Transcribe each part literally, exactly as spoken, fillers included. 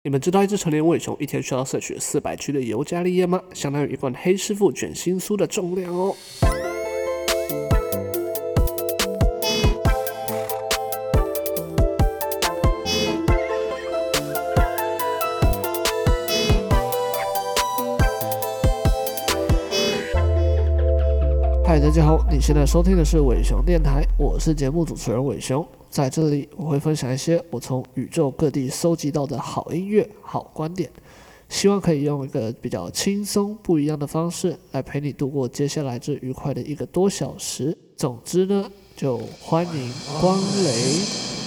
你们知道一只成年尾熊一天需要摄取四百 G 的尤加利叶吗？相当于一罐黑师傅卷心酥的重量哦。嗨，大家好，你现在收听的是伟熊电台，我是节目主持人伟熊。在这里，我会分享一些我从宇宙各地搜集到的好音乐、好观点，希望可以用一个比较轻松、不一样的方式来陪你度过接下来这愉快的一个多小时。总之呢，就欢迎光临。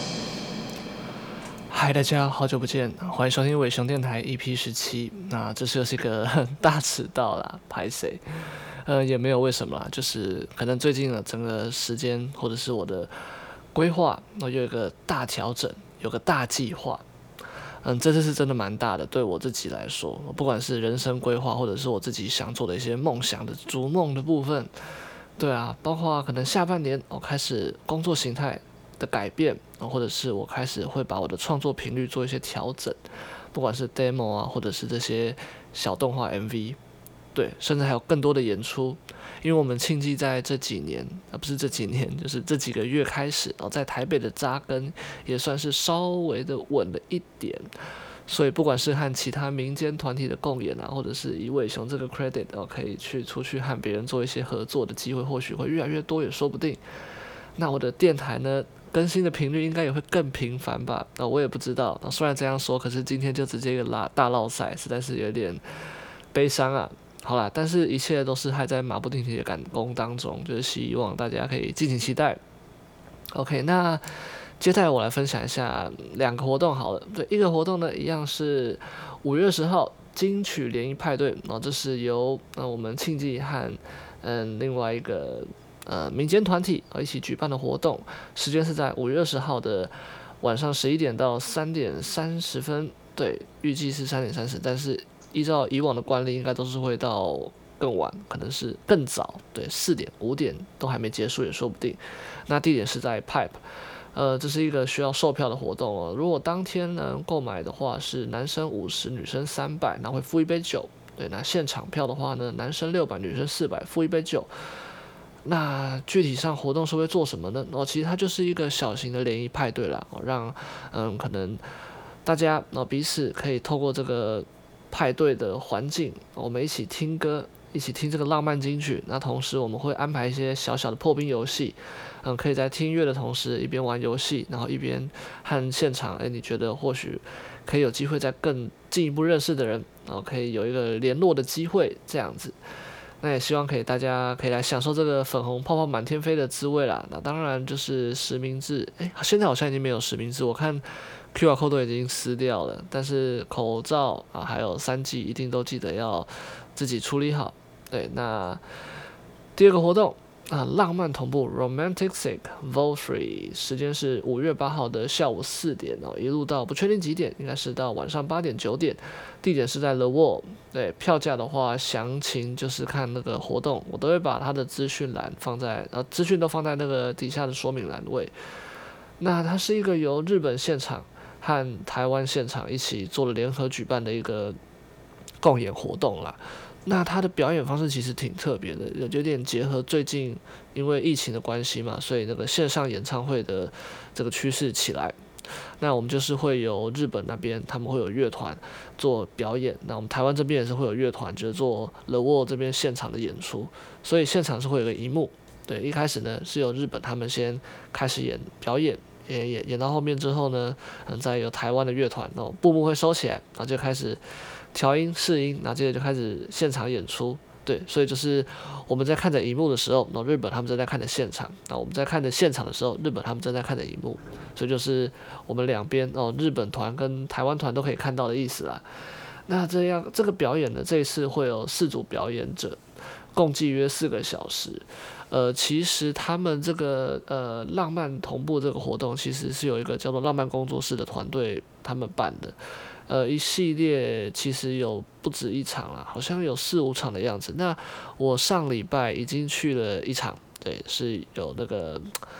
嗨，大家好久不见，欢迎收听伟熊电台 E P 十七。那这次又是一个大迟到啦，拍谁？呃，也没有为什么啦，就是可能最近的整个时间或者是我的规划，我有一个大调整，有个大计划。嗯，这次是真的蛮大的，对我自己来说，不管是人生规划，或者是我自己想做的一些梦想的逐梦的部分，对啊，包括可能下半年我开始工作形态的改变，或者是我开始会把我的创作频率做一些调整，不管是 demo 啊，或者是这些小动画 M V。对，甚至还有更多的演出，因为我们庆记在这几年，啊不是这几年，就是这几个月开始，然后在台北的扎根也算是稍微的稳了一点，所以不管是和其他民间团体的共演啊，或者是以伟雄这个 credit， 然后可以去出去和别人做一些合作的机会，或许会越来越多，也说不定。那我的电台呢，更新的频率应该也会更频繁吧？啊，我也不知道。虽然这样说，可是今天就直接一个拉大落赛，实在是有点悲伤啊。好啦，但是一切都是还在马不停蹄的赶工当中，就是希望大家可以敬请期待。OK， 那接下来我来分享一下两个活动好了。对，一个活动呢，一样是五月二十号金曲联谊派对，然后这是由呃我们庆记和嗯另外一个呃民间团体一起举办的活动，时间是在五月二十号的晚上十一点到三点三十分。对，预计是三点三十，但是依照以往的惯例，应该都是会到更晚，可能是更早，对，四点、五点都还没结束也说不定。那地点是在 Pipe， 呃，这是一个需要售票的活动哦。如果当天呢购买的话，是男生五十，女生三百，那会付一杯酒。对，那现场票的话呢，男生六百，女生四百，付一杯酒。那具体上活动是会做什么呢？哦，其实它就是一个小型的联谊派对啦，哦，让嗯可能大家哦彼此可以透过这个派对的环境，我们一起听歌，一起听这个浪漫金曲。那同时我们会安排一些小小的破冰游戏，嗯，可以在听音乐的同时一边玩游戏，然后一边和现场，哎，你觉得或许可以有机会再更进一步认识的人，然后可以有一个联络的机会，这样子。那也希望可以大家可以来享受这个粉红泡泡满天飞的滋味啦。那当然就是实名制，哎，现在好像已经没有实名制，我看Q R code 都已经撕掉了，但是口罩啊，还有三剂一定都记得要自己处理好。对，那第二个活动啊，浪漫同步 Romantic Sick Vol Free， 时间是五月八号的下午四点哦，一路到不确定几点，应该是到晚上八点九点，地点是在 The Wall。对，票价的话，详情就是看那个活动，我都会把它的资讯栏放在，呃，资讯都放在那个底下的说明栏位。那它是一个由日本现场和台湾现场一起做了联合举办的一个共演活动啦。那它的表演方式其实挺特别的，有点结合最近因为疫情的关系嘛，所以那个线上演唱会的这个趋势起来。那我们就是会有日本那边他们会有乐团做表演，那我们台湾这边也是会有乐团，就是做 The Wall 这边现场的演出，所以现场是会有个荧幕。对，一开始呢是由日本他们先开始演表演，演演演到后面之后呢，嗯，再由台湾的乐团，然后布幕会收起来，然后就开始调音试音，然后接着就开始现场演出。对，所以就是我们在看着荧幕的时候，然后日本他们正在看着现场，那我们在看着现场的时候，日本他们正在看着荧幕，所以就是我们两边哦，日本团跟台湾团都可以看到的意思啦。那这样这个表演呢，这一次会有四组表演者，共计约四个小时。呃，其实他们这个呃浪漫同步这个活动，其实是有一个叫做浪漫工作室的团队他们办的。呃，一系列其实有不止一场啦，好像有四五场的样子。那我上礼拜已经去了一场，对，是有那个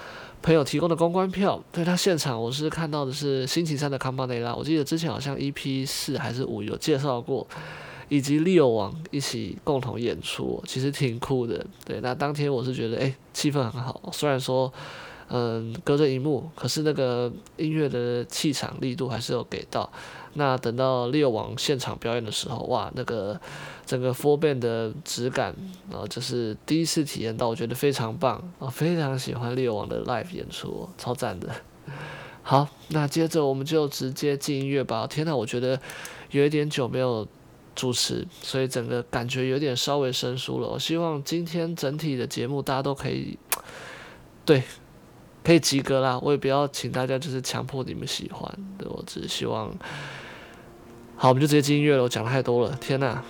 朋友提供的公关票，对他现场我是看到的是星期三的康巴内拉，我记得之前好像 E P 四还是五有介绍过，以及利友王一起共同演出，其实挺酷的。对，那当天我是觉得，哎，气氛很好，虽然说，嗯，隔着荧幕，可是那个音乐的气场力度还是有给到。那等到利友王现场表演的时候，哇，那个整个 four band 的质感，啊，就是第一次体验到，我觉得非常棒，啊，非常喜欢利友王的 live 演出，超赞的。好，那接着我们就直接进音乐吧。天哪，我觉得有一点久没有主持，所以整个感觉有点稍微生疏了。我希望今天整体的节目大家都可以，对，可以及格啦。我也不要请大家就是强迫你们喜欢，对，我只是希望。好，我们就直接进音乐了。我讲太多了，天哪！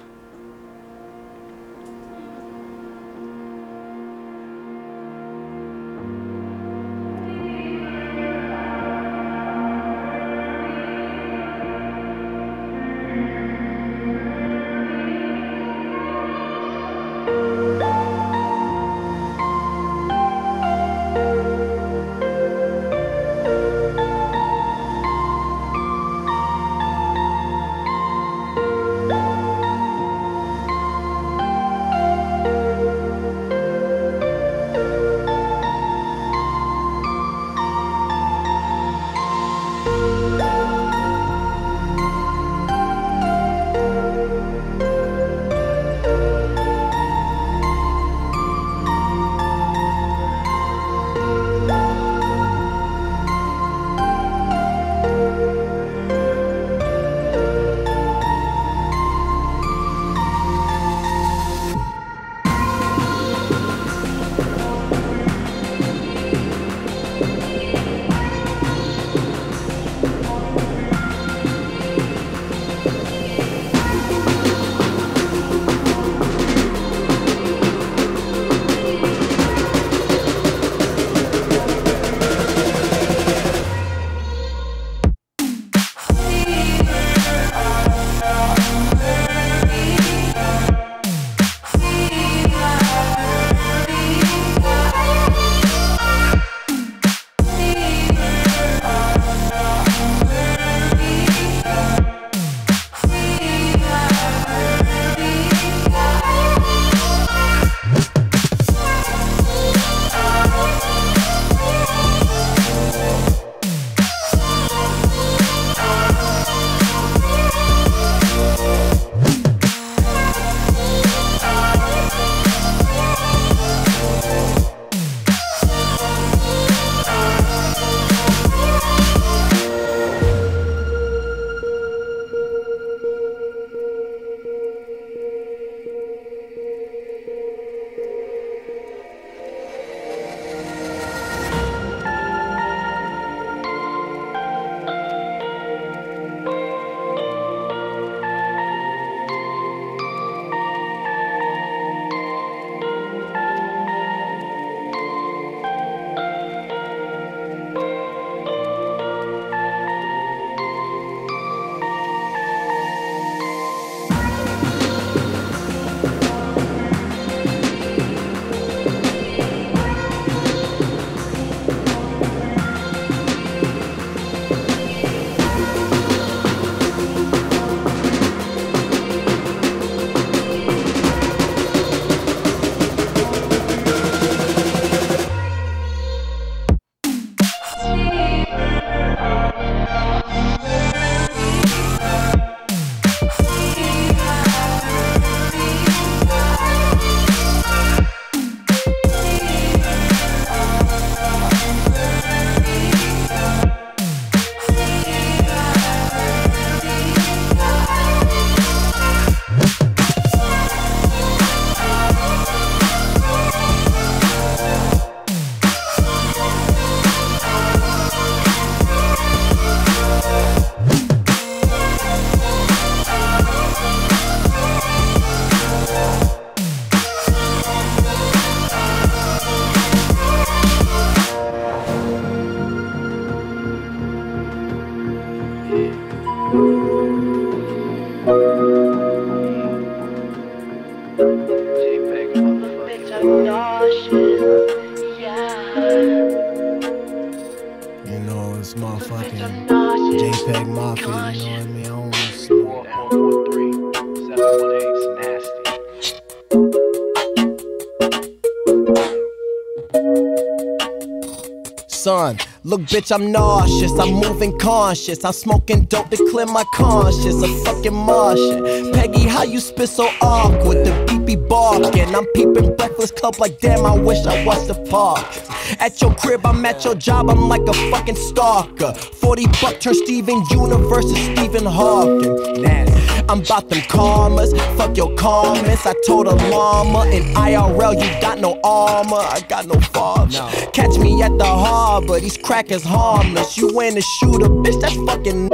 Look, bitch, I'm nauseous. I'm moving conscious. I'm smoking dope to clear my conscience. A fucking Martian. Peggy, how you spit so awkward? The beep be barking. I'm peeping Breakfast Club like damn. I wish I was the park. At your crib, I'm at your job. I'm like a fucking stalker. Forty buck turn Steven Universe to Stephen Hawking. Nasty. I'm about them karmas. Fuck your comments. I told a llama in I R L you got no armor. I got no father. No. Catch me at the harbor. These crackers harmless. You ain't a shooter, bitch. That's fucking.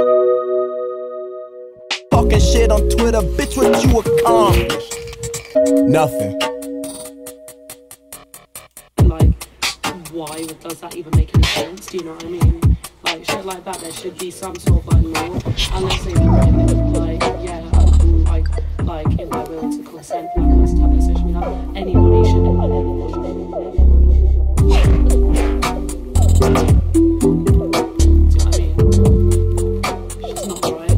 Talking shit on Twitter, bitch. What you accomplished? Nothing. Like, why does that even make any sense? Do you know what I mean? Like shit like that, there should be some sort of like law. Unless they like, yeah, um, like, like if they're willing to consent for that person to have a social media, anybody should do it. Do you know what I mean? It's not right.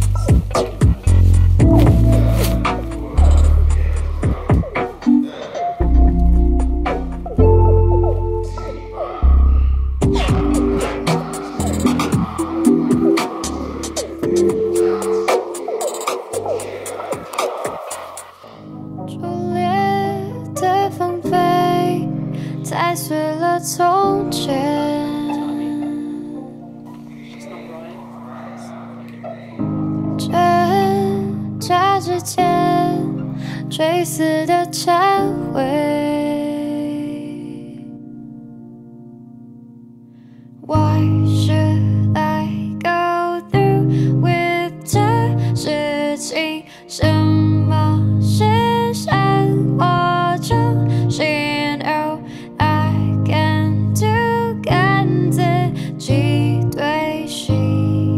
垂死的忏悔 Why should I go through with 这事情什么是生活中心 Oh I can do 跟自己对戏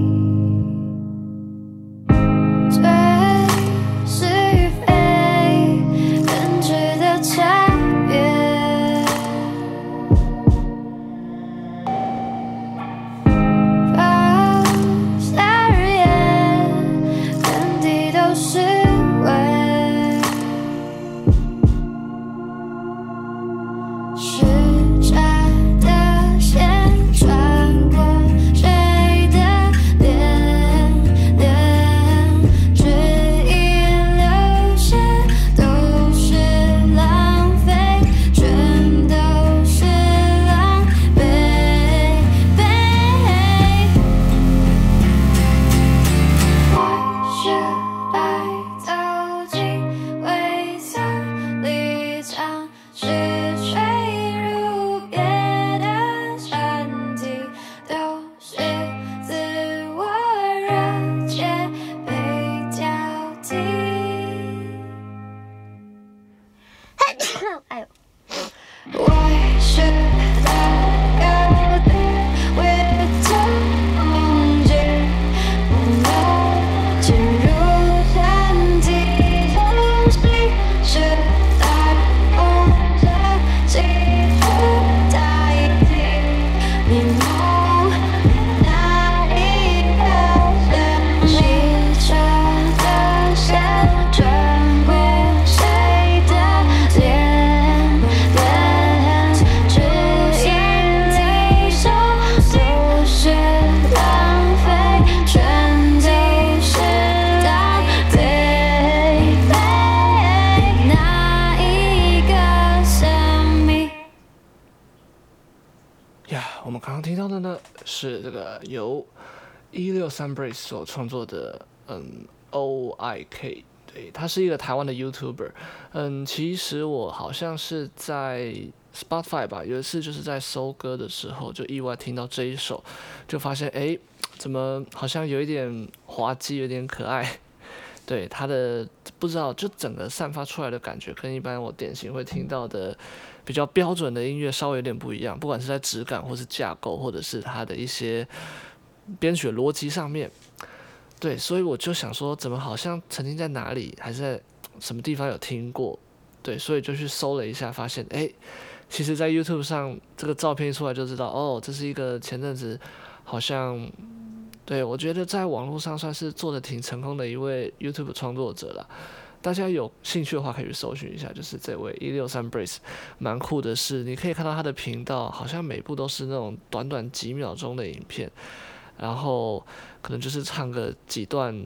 是这个由一六三 Brace 所创作的，嗯 ，O I K， 对，他是一个台湾的 YouTuber， 嗯，其实我好像是在 Spotify 吧，有一次就是在搜歌的时候，就意外听到这一首，就发现哎，怎么好像有一点滑稽，有点可爱，对，他的不知道就整个散发出来的感觉，跟一般我典型会听到的。比较标准的音乐稍微有点不一样，不管是在质感或是架构，或者是它的一些编曲逻辑上面，对，所以我就想说，怎么好像曾经在哪里，还是在什么地方有听过，对，所以就去搜了一下，发现，哎，其实在 YouTube 上这个照片一出来就知道，哦，这是一个前阵子好像，对，我觉得在网络上算是做的挺成功的一位 YouTube 创作者啦。 大家有兴趣的话可以去搜寻一下，就是这位一六三 Brace， 蛮酷的是，你可以看到他的频道，好像每部都是那种短短几秒钟的影片，然后可能就是唱个几段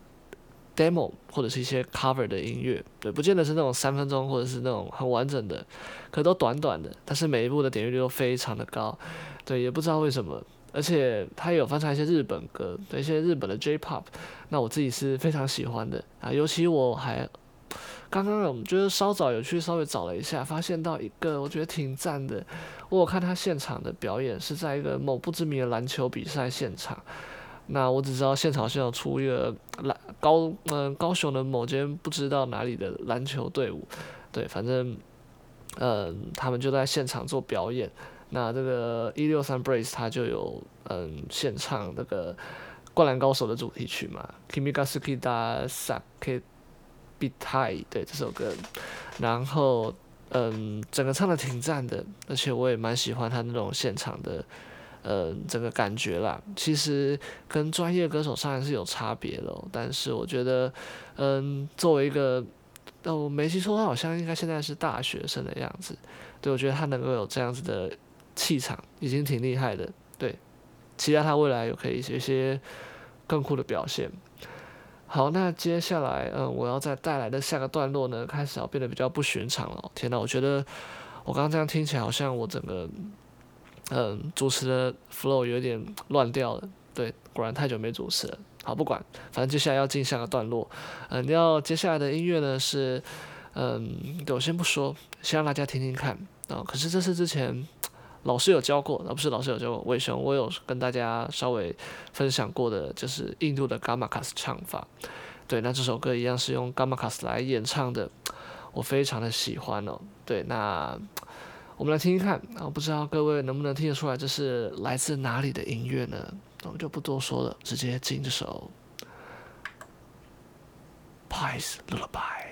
demo 或者是一些 cover 的音乐，对，不见得是那种三分钟或者是那种很完整的，可都短短的，但是每一部的点阅率都非常的高，对，也不知道为什么。而且他也有翻唱一些日本歌，对一些日本的 J-pop， 那我自己是非常喜欢的啊。尤其我还刚刚我们就是稍早有去稍微找了一下，发现到一个我觉得挺赞的。我有看他现场的表演是在一个某不知名的篮球比赛现场。那我只知道现场好像有出一个篮高嗯、呃、高雄的某间不知道哪里的篮球队伍，对，反正嗯、呃、他们就在现场做表演。那这个一六三 Brace 他就有嗯献唱那个《灌篮高手》的主题曲嘛 ，Kimi ga suki da sake bitai， 对这首歌，然后嗯整个唱的挺赞的，而且我也蛮喜欢他那种现场的呃整个感觉啦。其实跟专业歌手上还是有差别的、哦，但是我觉得嗯作为一个哦我没记错，他好像应该现在是大学生的样子，对我觉得他能够有这样子的气场已经挺厉害的，对，期待他未来有可以有一些更酷的表现。好，那接下来，嗯，我要再带来的下个段落呢，开始要变得比较不寻常了。天哪，我觉得我刚刚这样听起来，好像我整个，嗯，主持的 flow 有点乱掉了。对，果然太久没主持了。好，不管，反正接下来要进下个段落。嗯，要接下来的音乐呢是，嗯，对我先不说，先让大家听听看啊、哦。可是这是之前老师有教过，而不是老师有教过，伟雄我有跟大家稍微分享过的，就是印度的 Gamakas 唱法。对，那这首歌一样是用 Gamakas 来演唱的，我非常的喜欢哦。对，那我们来听听看啊，不知道各位能不能听得出来这是来自哪里的音乐呢？那我们就不多说了，直接进这首 Pies Lullaby。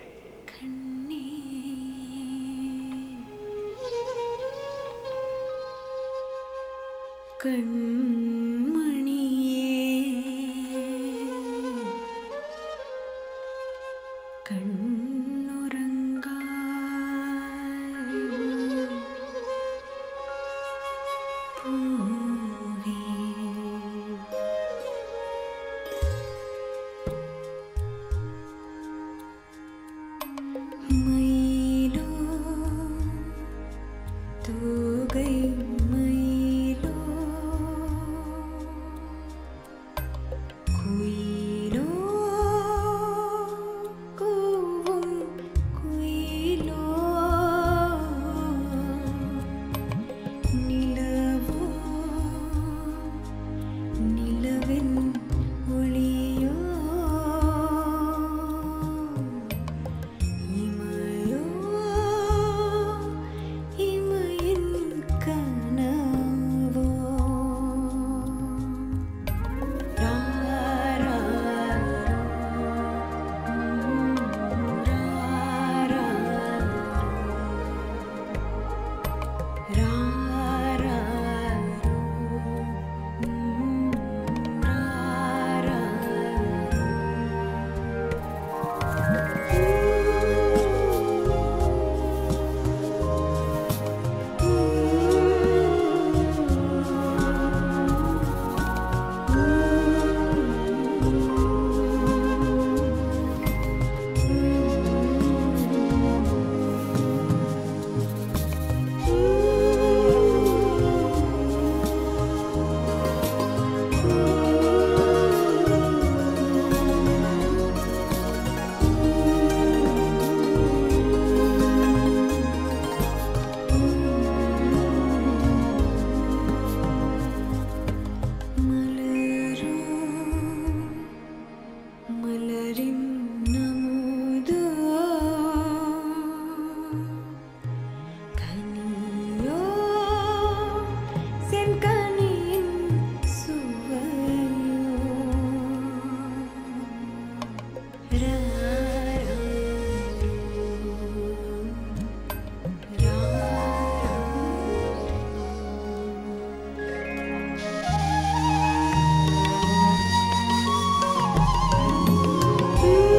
Ooh.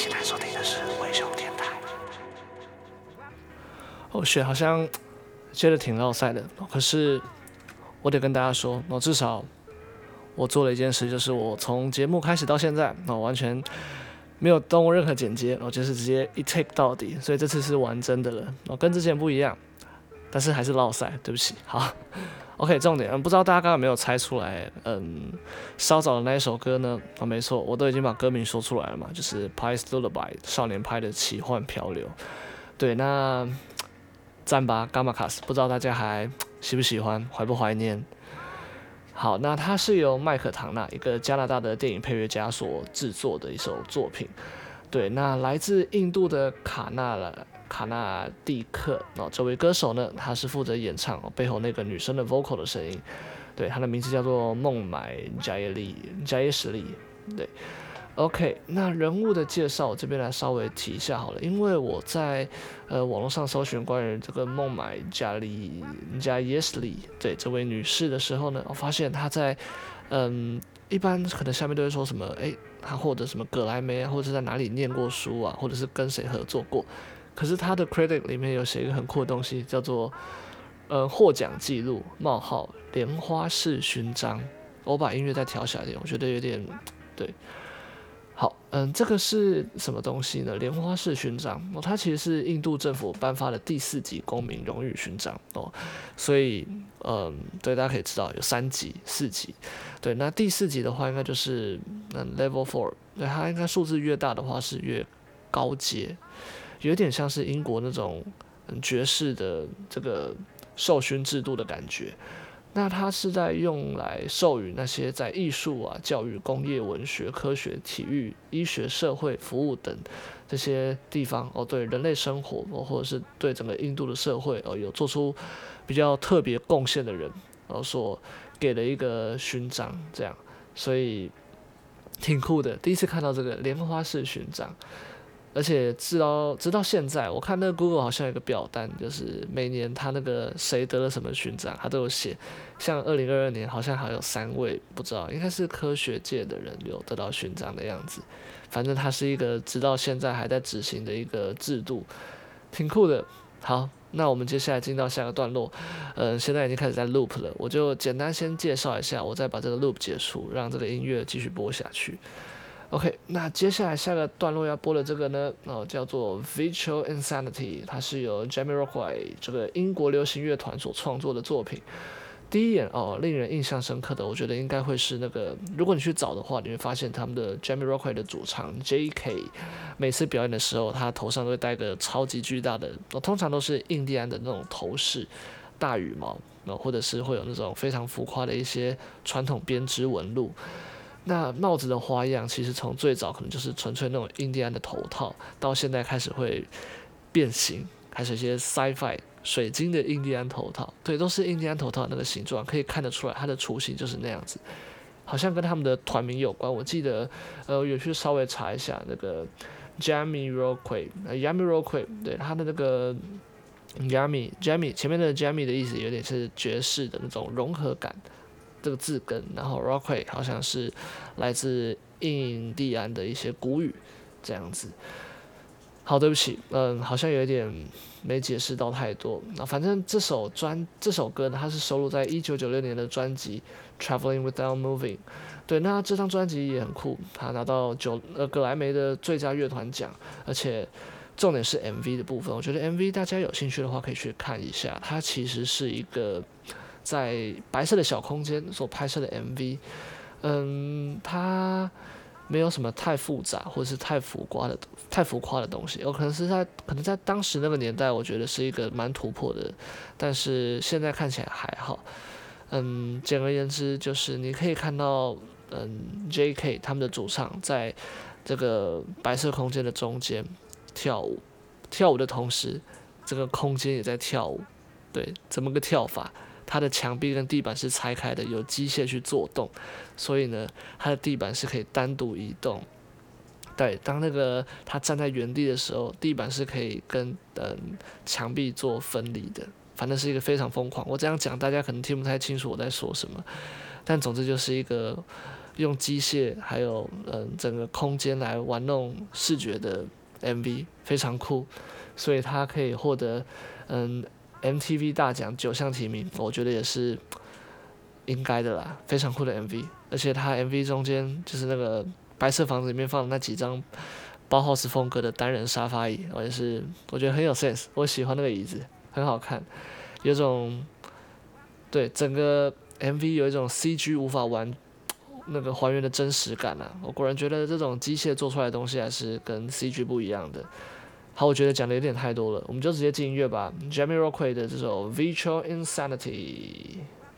现在收听的是微熊电台。哦，雪好像接得挺绕赛的，可是我得跟大家说，哦，至少我做了一件事，就是我从节目开始到现在，哦，完全没有动过任何剪接，哦，就是直接一 take 到底，所以这次是玩真的了，哦，跟之前不一样，但是还是绕赛，对不起。好 ，OK， 重点，嗯，不知道大家刚刚有没有猜出来，嗯，稍早的那一首歌呢？哦，没错，我都已经把歌名说出来了嘛，就是 Pies Lullaby 少年派的奇幻漂流。对，那赞吧 Gammakas， 不知道大家还喜不喜欢，怀不怀念？好，那它是由麦克唐纳，一个加拿大的电影配乐家所制作的一首作品。对，那来自印度的卡纳了。卡纳蒂克哦，这位歌手呢，他是负责演唱、哦、背后那个女生的 vocal 的声音，对，他的名字叫做孟买加耶利加耶什利，对 ，OK， 那人物的介绍我这边来稍微提一下好了，因为我在呃网络上搜寻关于这个孟买加利加耶什利对这位女士的时候呢，我发现她在嗯一般可能下面都会说什么，哎，她获得什么葛莱美啊，或者是在哪里念过书啊，或者是跟谁合作过。可是他的 credit 里面有写一个很酷的东西，叫做呃获奖记录冒号莲花式勋章。我把音乐再调小一点，我觉得有点对。好，嗯，这个是什么东西呢？莲花式勋章哦，它其实是印度政府颁发的第四级公民荣誉勋章哦，所以嗯，对，大家可以知道有三级、四级，对，那第四级的话应该就是嗯 level four， 对，它应该数字越大的话是越高阶。有点像是英国那种嗯爵士的这个授勋制度的感觉，那它是在用来授予那些在艺术啊、教育、工业、文学、科学、体育、医学、社会服务等这些地方哦，对人类生活哦，或者是对整个印度的社会哦，有做出比较特别贡献的人哦，所给的一个勋章，这样，所以挺酷的。第一次看到这个莲花式勋章。而且直到直到现在，我看那个 Google 好像有个表单，就是每年他那个谁得了什么勋章，他都有写。像二零二二年好像还有三位，不知道应该是科学界的人有得到勋章的样子。反正它是一个直到现在还在执行的一个制度，挺酷的。好，那我们接下来进到下个段落，嗯，现在已经开始在 loop 了，我就简单先介绍一下，我再把这个 loop 结束，让这个音乐继续播下去。OK， 那接下来下个段落要播的这个呢，哦，叫做 Virtual Insanity， 它是由 Jamiroquai 这个英国流行乐团所创作的作品。第一眼哦，令人印象深刻的，我觉得应该会是那个，如果你去找的话，你会发现他们的 Jamiroquai 的主唱 J K， 每次表演的时候，他头上都会戴个超级巨大的，哦，通常都是印第安的那种头饰，大羽毛，哦，或者是会有那种非常浮夸的一些传统编织纹路。那帽子的花样，其实从最早可能就是纯粹那种印第安的头套，到现在开始会变形，开始一些 sci-fi 水晶的印第安头套，对，都是印第安头套的那个形状，可以看得出来它的雏形就是那样子，好像跟他们的团名有关。我记得，呃，有去稍微查一下那个 Jamiroquai， 呃 Jamiroquai， 对，他的那个 Jami Jami 前面的 Jami 的意思有点是爵士的那种融合感。这个字根，然后 Roquai 好像是来自印第安的一些古语，这样子。好，对不起，嗯，好像有一点没解释到太多。那反正这首专这首歌呢，它是收录在一九九六年的专辑《Traveling Without Moving》。对，那这张专辑也很酷，它拿到九呃格莱美的最佳乐团奖，而且重点是 M V 的部分。我觉得 M V 大家有兴趣的话可以去看一下，它其实是一个。在白色的小空间所拍摄的 M V， 嗯，它没有什么太复杂或者是太浮夸的、太浮夸的东西。有可能是在可能在当时那个年代，我觉得是一个蛮突破的，但是现在看起来还好。嗯，简而言之，就是你可以看到，嗯 ，J K 他们的主唱在这个白色空间的中间跳舞，跳舞的同时，这个空间也在跳舞。对，怎么个跳法？它的墙壁跟地板是拆开的，有机械去做动，所以呢，它的地板是可以单独移动。对，当那个他站在原地的时候，地板是可以跟嗯墙壁做分离的。反正是一个非常疯狂。我这样讲，大家可能听不太清楚我在说什么，但总之就是一个用机械还有嗯整个空间来玩弄视觉的 M V， 非常酷，所以他可以获得嗯 M T V 大奖九项提名，我觉得也是应该的啦，非常酷的 M V， 而且他 M V 中间就是那个白色房子里面放的那几张包豪斯风格的单人沙发椅，我也是我觉得很有 sense， 我喜欢那个椅子，很好看，有种对整个 M V 有一种 C G 无法玩那个还原的真实感啊！我果然觉得这种机械做出来的东西还是跟 C G 不一样的。好，我觉得讲的有点太多了，我们就直接进音乐吧。Jamiroquai 的这首 Virtual Insanity。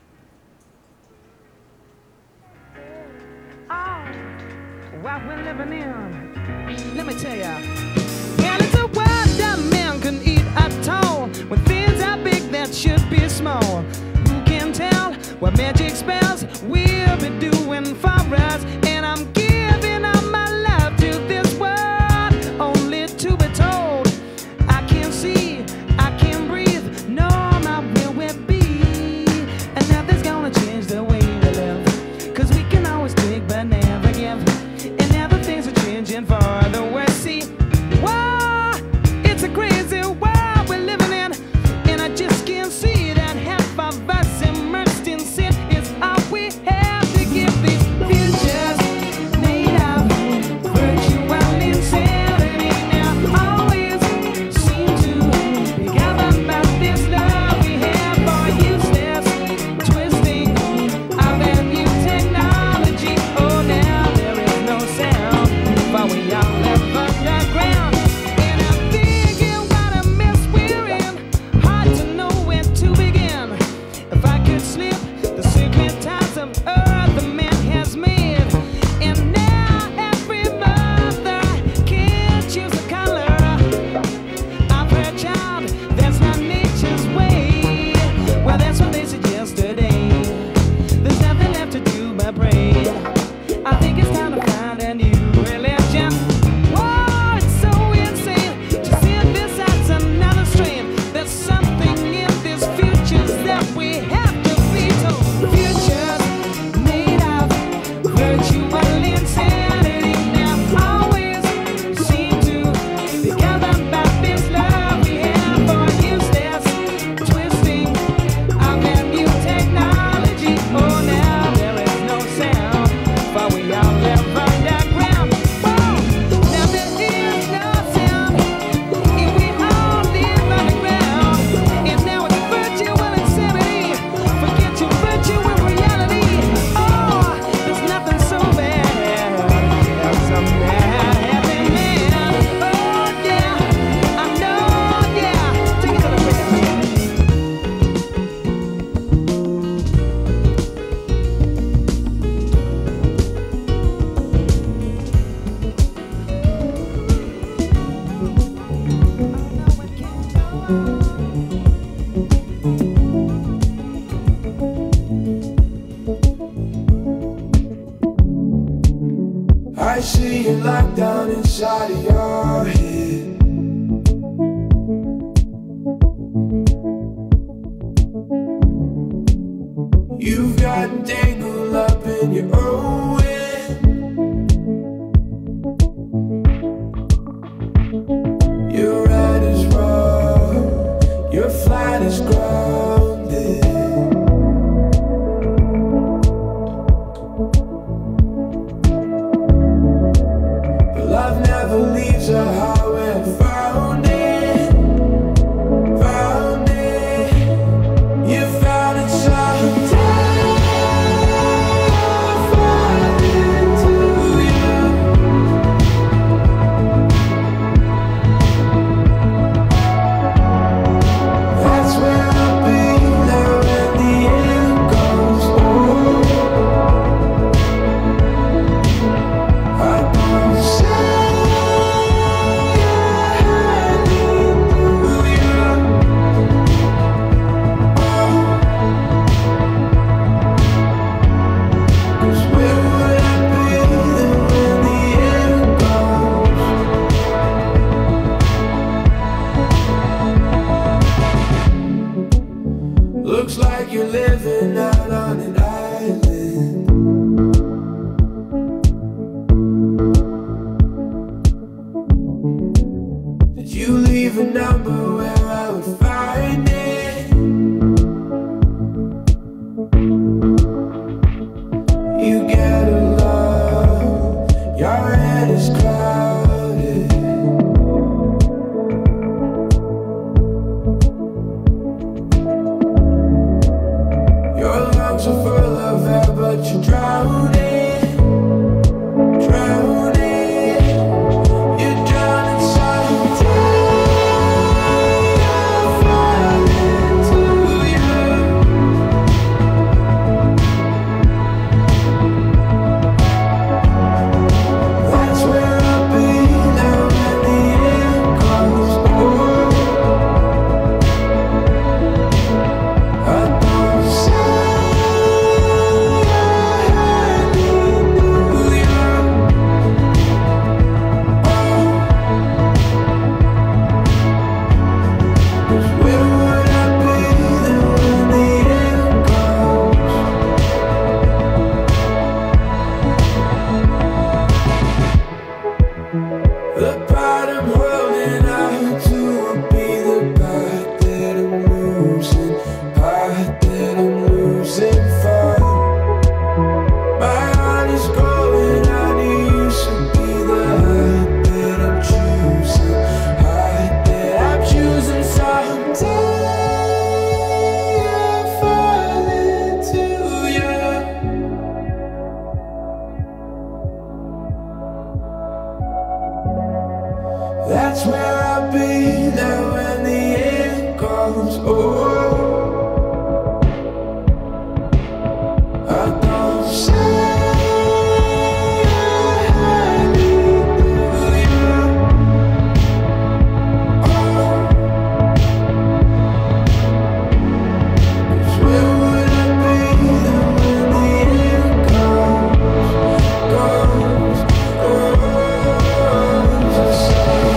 What we're living in, let me tell ya. And it's a world that man can eat at all. When things are big that should be small. Who can tell what magic spells we'll be doing for us? And I'm giving all my love to this world, only to be told I can't see, I can't breathe, no, my will will be. And nothing's gonna change the way we live, 'cause we can always take but never give. Things are changing for the worse. See, whoa, it's a crazy world we're living in, and I just can't see that half of us immersed in sin is all we have to give. These futures made of virtual insanity now always seem to be governed by this love we have for useless twisting of that new technology. Oh, now there is no sound, but we all live underground. And I'm thinking what a mess we're in, hard to know where to begin. If I could slip the secret ties of earth the man has made, and now every mother can't choose a color of her child, that's not nature's way. Well, that's what they said yesterday. There's nothing left to do but pray. I think it's time to find a new religion. Whoa, it's so insane to see this as another strain. There's something in this future that we have to be told. Futures made of virtual insanity now always seem to be governed by this love we have for useless twisting of that new technology. Oh, now there is no sound, but we all live underground. Whoa, now there is no sound if we all live underground. And now it's virtual insanity. Forget your virtual reality. Oh, there's nothing so bad as some bad happening. Oh yeah, I know, yeah. Take it to the break. I see you locked down inside of your head. You've gotten tangled up in your own web. Your ride is wrong, your flight is grounded. But love never leaves a highway. Found it, found it. You found it someday. Did you leave a number where I would find it? You gotta love, your head is clouded. Your lungs are full of air, but you're drowning. That's where I'll be there when the end comes. Oh, I don't say I need you. Oh, 'cause where would I be there when the end comes, goes, goes, just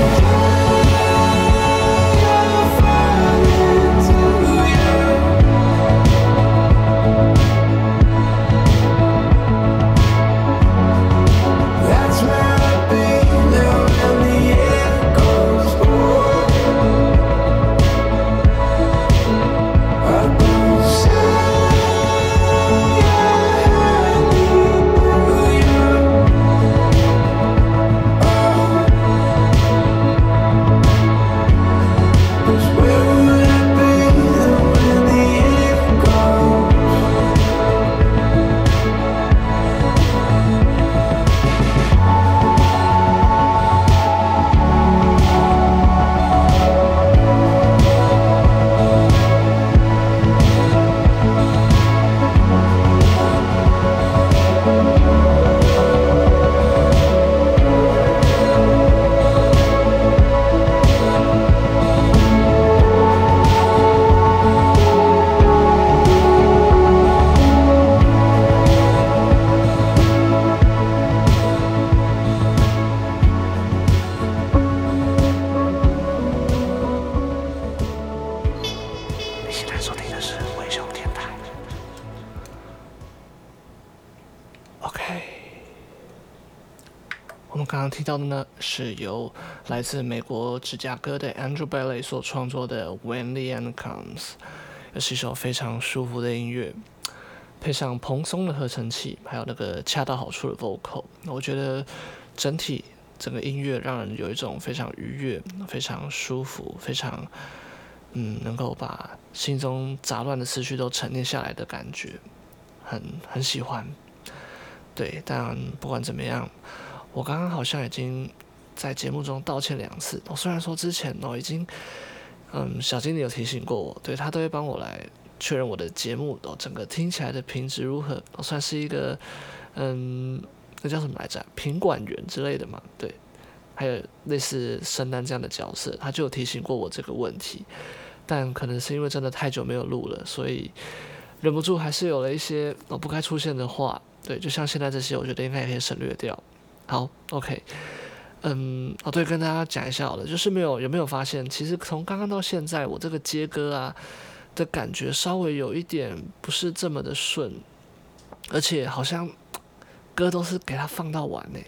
我们刚刚提到的呢，是由来自美国芝加哥的 Andrew Bailey 所创作的 When the End Comes， 也是一首非常舒服的音乐，配上蓬松的合成器，还有那个恰到好处的 vocal， 我觉得整体整个音乐让人有一种非常愉悦、非常舒服、非常嗯能够把心中杂乱的思绪都沉淀下来的感觉，很很喜欢。对，但不管怎么样。我刚刚好像已经在节目中道歉两次。我、哦、虽然说之前哦已经，嗯，小经理有提醒过我，对他都会帮我来确认我的节目哦整个听起来的品质如何。我、哦、算是一个，嗯，那叫什么来着？品管员之类的嘛，对。还有类似圣诞这样的角色，他就有提醒过我这个问题。但可能是因为真的太久没有录了，所以忍不住还是有了一些哦不该出现的话。对，就像现在这些，我觉得应该也可以省略掉。好 ，OK， 嗯，哦对，跟大家讲一下好了，就是没有有没有发现，其实从刚刚到现在，我这个接歌啊的感觉稍微有一点不是这么的顺，而且好像歌都是给它放到完诶，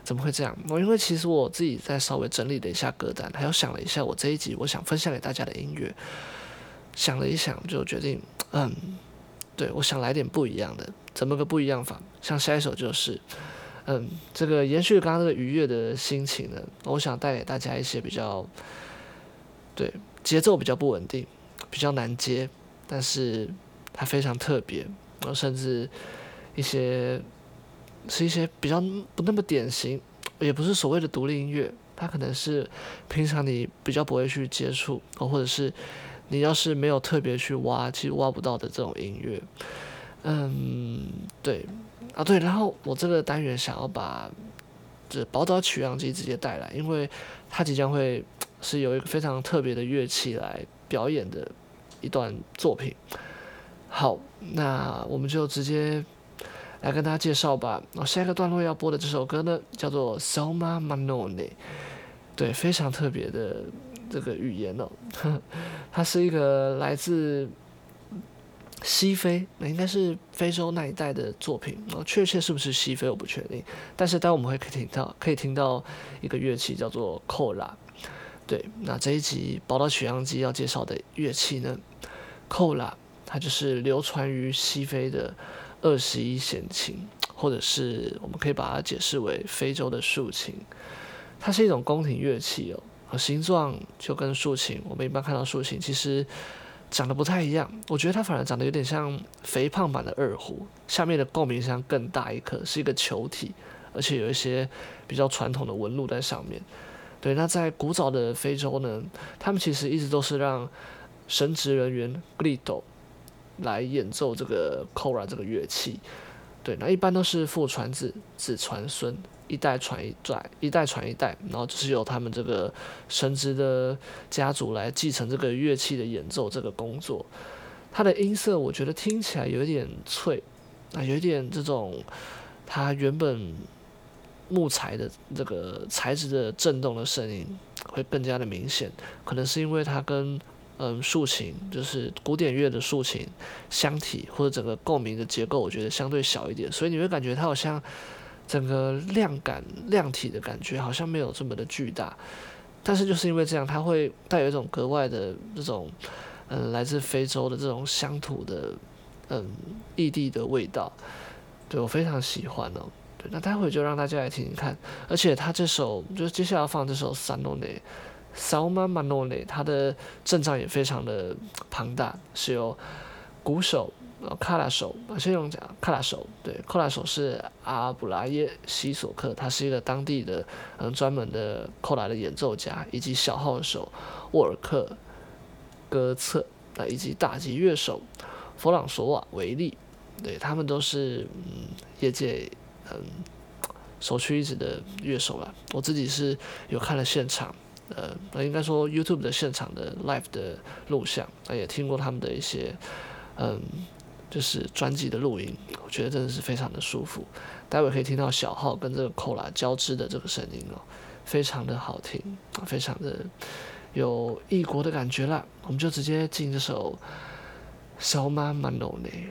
怎么会这样？我因为其实我自己在稍微整理了一下歌单，还有想了一下我这一集我想分享给大家的音乐，想了一想就决定，嗯，对，我想来点不一样的。怎么个不一样法？像下一首就是，嗯，这个延续刚刚这个愉悦的心情呢，我想带给大家一些比较，对，节奏比较不稳定，比较难接，但是它非常特别，然后甚至一些是一些比较不那么典型，也不是所谓的独立音乐，它可能是平常你比较不会去接触，或者是你要是没有特别去挖，其实挖不到的这种音乐。嗯，对啊，对，然后我这个单元想要把这宝岛取样机直接带来，因为它即将会是有一个非常特别的乐器来表演的一段作品。好，那我们就直接来跟大家介绍吧。哦，下一个段落要播的这首歌呢，叫做 Soma Manone， 对，非常特别的这个语言哦，它是一个来自西非，那应该是非洲那一带的作品，哦，确切是不是西非我不确定，但是待会我们会可以听到，可以听到一个乐器叫做扣拉。对，那这一集宝岛取样机要介绍的乐器呢，扣拉，它就是流传于西非的二十一弦琴，或者是我们可以把它解释为非洲的竖琴。它是一种宫廷乐器哦，形状就跟竖琴，我们一般看到竖琴其实长得不太一样，我觉得它反而长得有点像肥胖版的二胡，下面的共鸣箱更大一颗，是一个球体，而且有一些比较传统的纹路在上面。对，那在古早的非洲呢，他们其实一直都是让神职人员 Grito 来演奏这个 Kora 这个乐器。对，那一般都是父传子，子传孙，一代传一代，一代传一代，然后就是由他们这个神职的家族来继承这个乐器的演奏这个工作。它的音色我觉得听起来有一点脆，啊，有一点这种它原本木材的这个材质的震动的声音会更加的明显，可能是因为它跟嗯，竖琴就是古典乐的竖琴，箱体或者整个共鸣的结构，我觉得相对小一点，所以你会感觉它好像整个量感、量体的感觉好像没有这么的巨大。但是就是因为这样，它会带有一种格外的这种嗯来自非洲的这种乡土的嗯异地的味道，对我非常喜欢哦。对，那待会就让大家来听听看，而且他这首就是接下来要放这首《Sanone》。Soma Manone， 它的阵仗也非常的庞大，是由鼓手、卡拉手，先用讲卡拉手，对，卡拉手是阿布拉耶西索克，他是一个当地的嗯专门的扣拉的演奏家，以及小号手沃尔克戈策，啊，以及打击乐手弗朗索瓦维利，对，他们都是嗯业界嗯首屈一指的乐手啦。我自己是有看了现场。呃，应该说 YouTube 的现场的 live 的录像，那也听过他们的一些，嗯，就是专辑的录音，我觉得真的是非常的舒服。待会可以听到小号跟这个扣拉交织的这个声音哦，非常的好听，非常的有异国的感觉啦。我们就直接进这首 Soma Manone。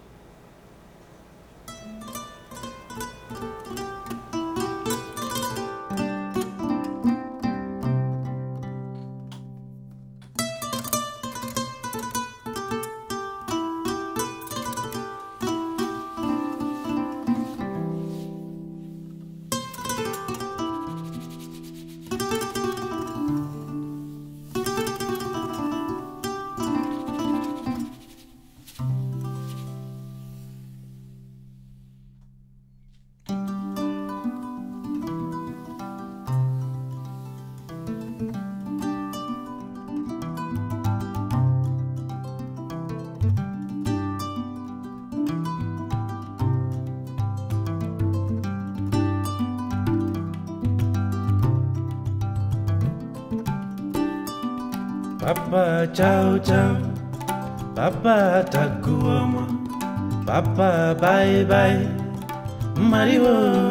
Papa ciao ciao, Papa takuoma, Papa bye bye, Mario.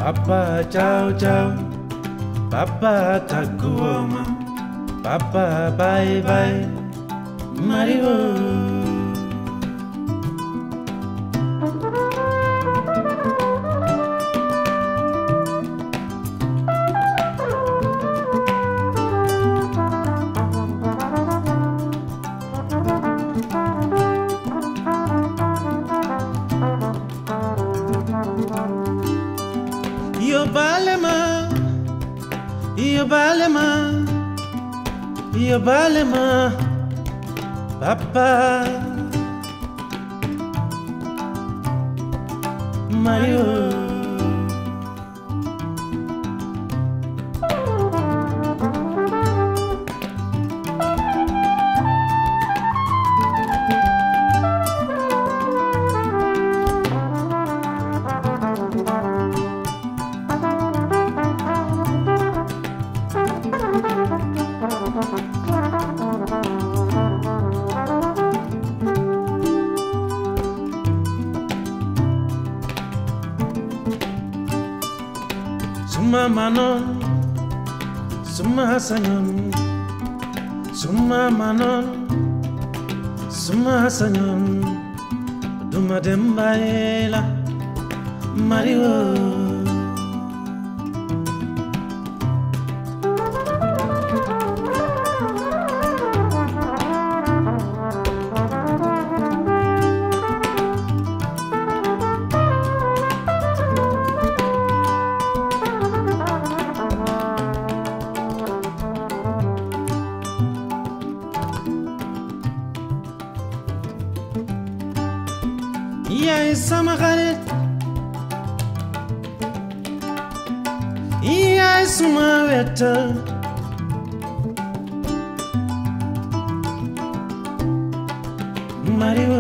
Papa ciao ciao, Papa takuoma, Papa bye bye, Mario. Io balema, io balema, io balema, Papa Mario. Suma manon, suma sanyon, suma manon, suma sanyon, duma dembaela, Mario. Yaay sama xarit yaay suma wétal Mario.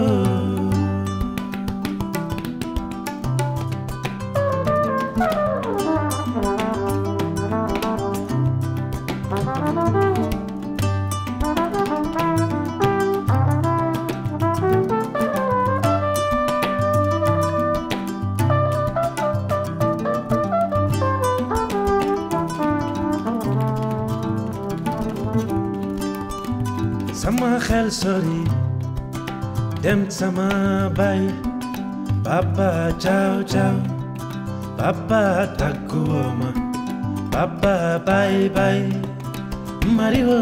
Sama xel sori dem sama bay, Papa ciao ciao, Papa takuoma, Papa bye bye, Mario.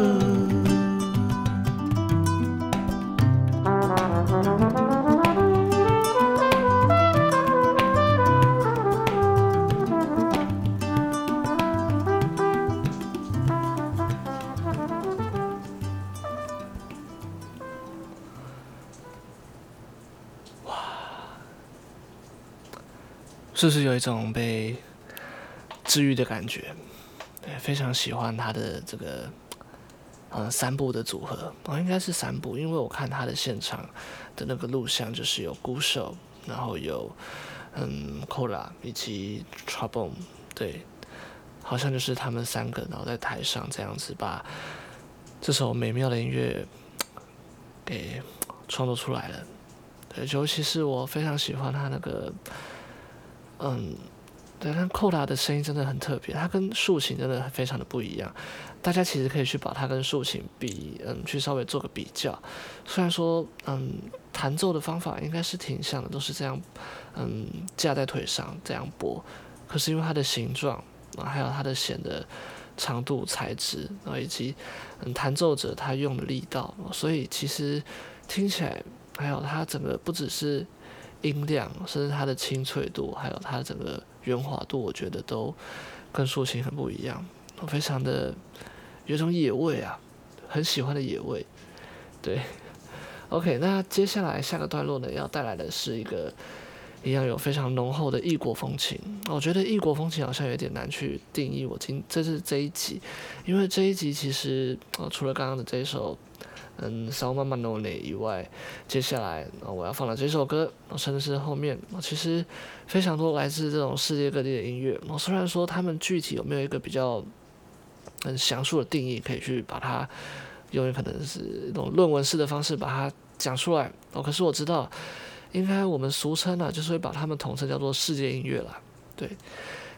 是不是有一种被治愈的感觉？对，非常喜欢他的这个嗯三部的组合，哦，应该是三部，因为我看他的现场的那个录像，就是有鼓手，然后有嗯 Cola 以及 Trombone， 对，好像就是他们三个，然后在台上这样子把这首美妙的音乐给创作出来了。对，尤其是我非常喜欢他那个。嗯，对，但寇达的声音真的很特别，他跟竖琴真的非常的不一样。大家其实可以去把它跟竖琴比，嗯，去稍微做个比较。虽然说，嗯，弹奏的方法应该是挺像的，都是这样，嗯，架在腿上这样拨。可是因为它的形状，啊，还有它的弦的长度、材质，然后以及嗯弹奏者他用的力道，所以其实听起来，还有它整个不只是音量，甚至它的清脆度，还有它整个圆滑度，我觉得都跟竖琴很不一样，非常的有一种野味啊，很喜欢的野味。对 ，OK， 那接下来下个段落呢，要带来的是一个一样有非常浓厚的异国风情。我觉得异国风情好像有点难去定义我今这是这一集，因为这一集其实、哦、除了刚刚的这一首。嗯，少慢慢弄嘞以外，接下来、哦、我要放的这首歌，哦、甚至是后面、哦，其实非常多来自这种世界各地的音乐。哦、虽然说他们具体有没有一个比较很详述的定义，可以去把它用可能是一种论文式的方式把它讲出来。哦，可是我知道，应该我们俗称啊，就是会把他们统称叫做世界音乐啦。对，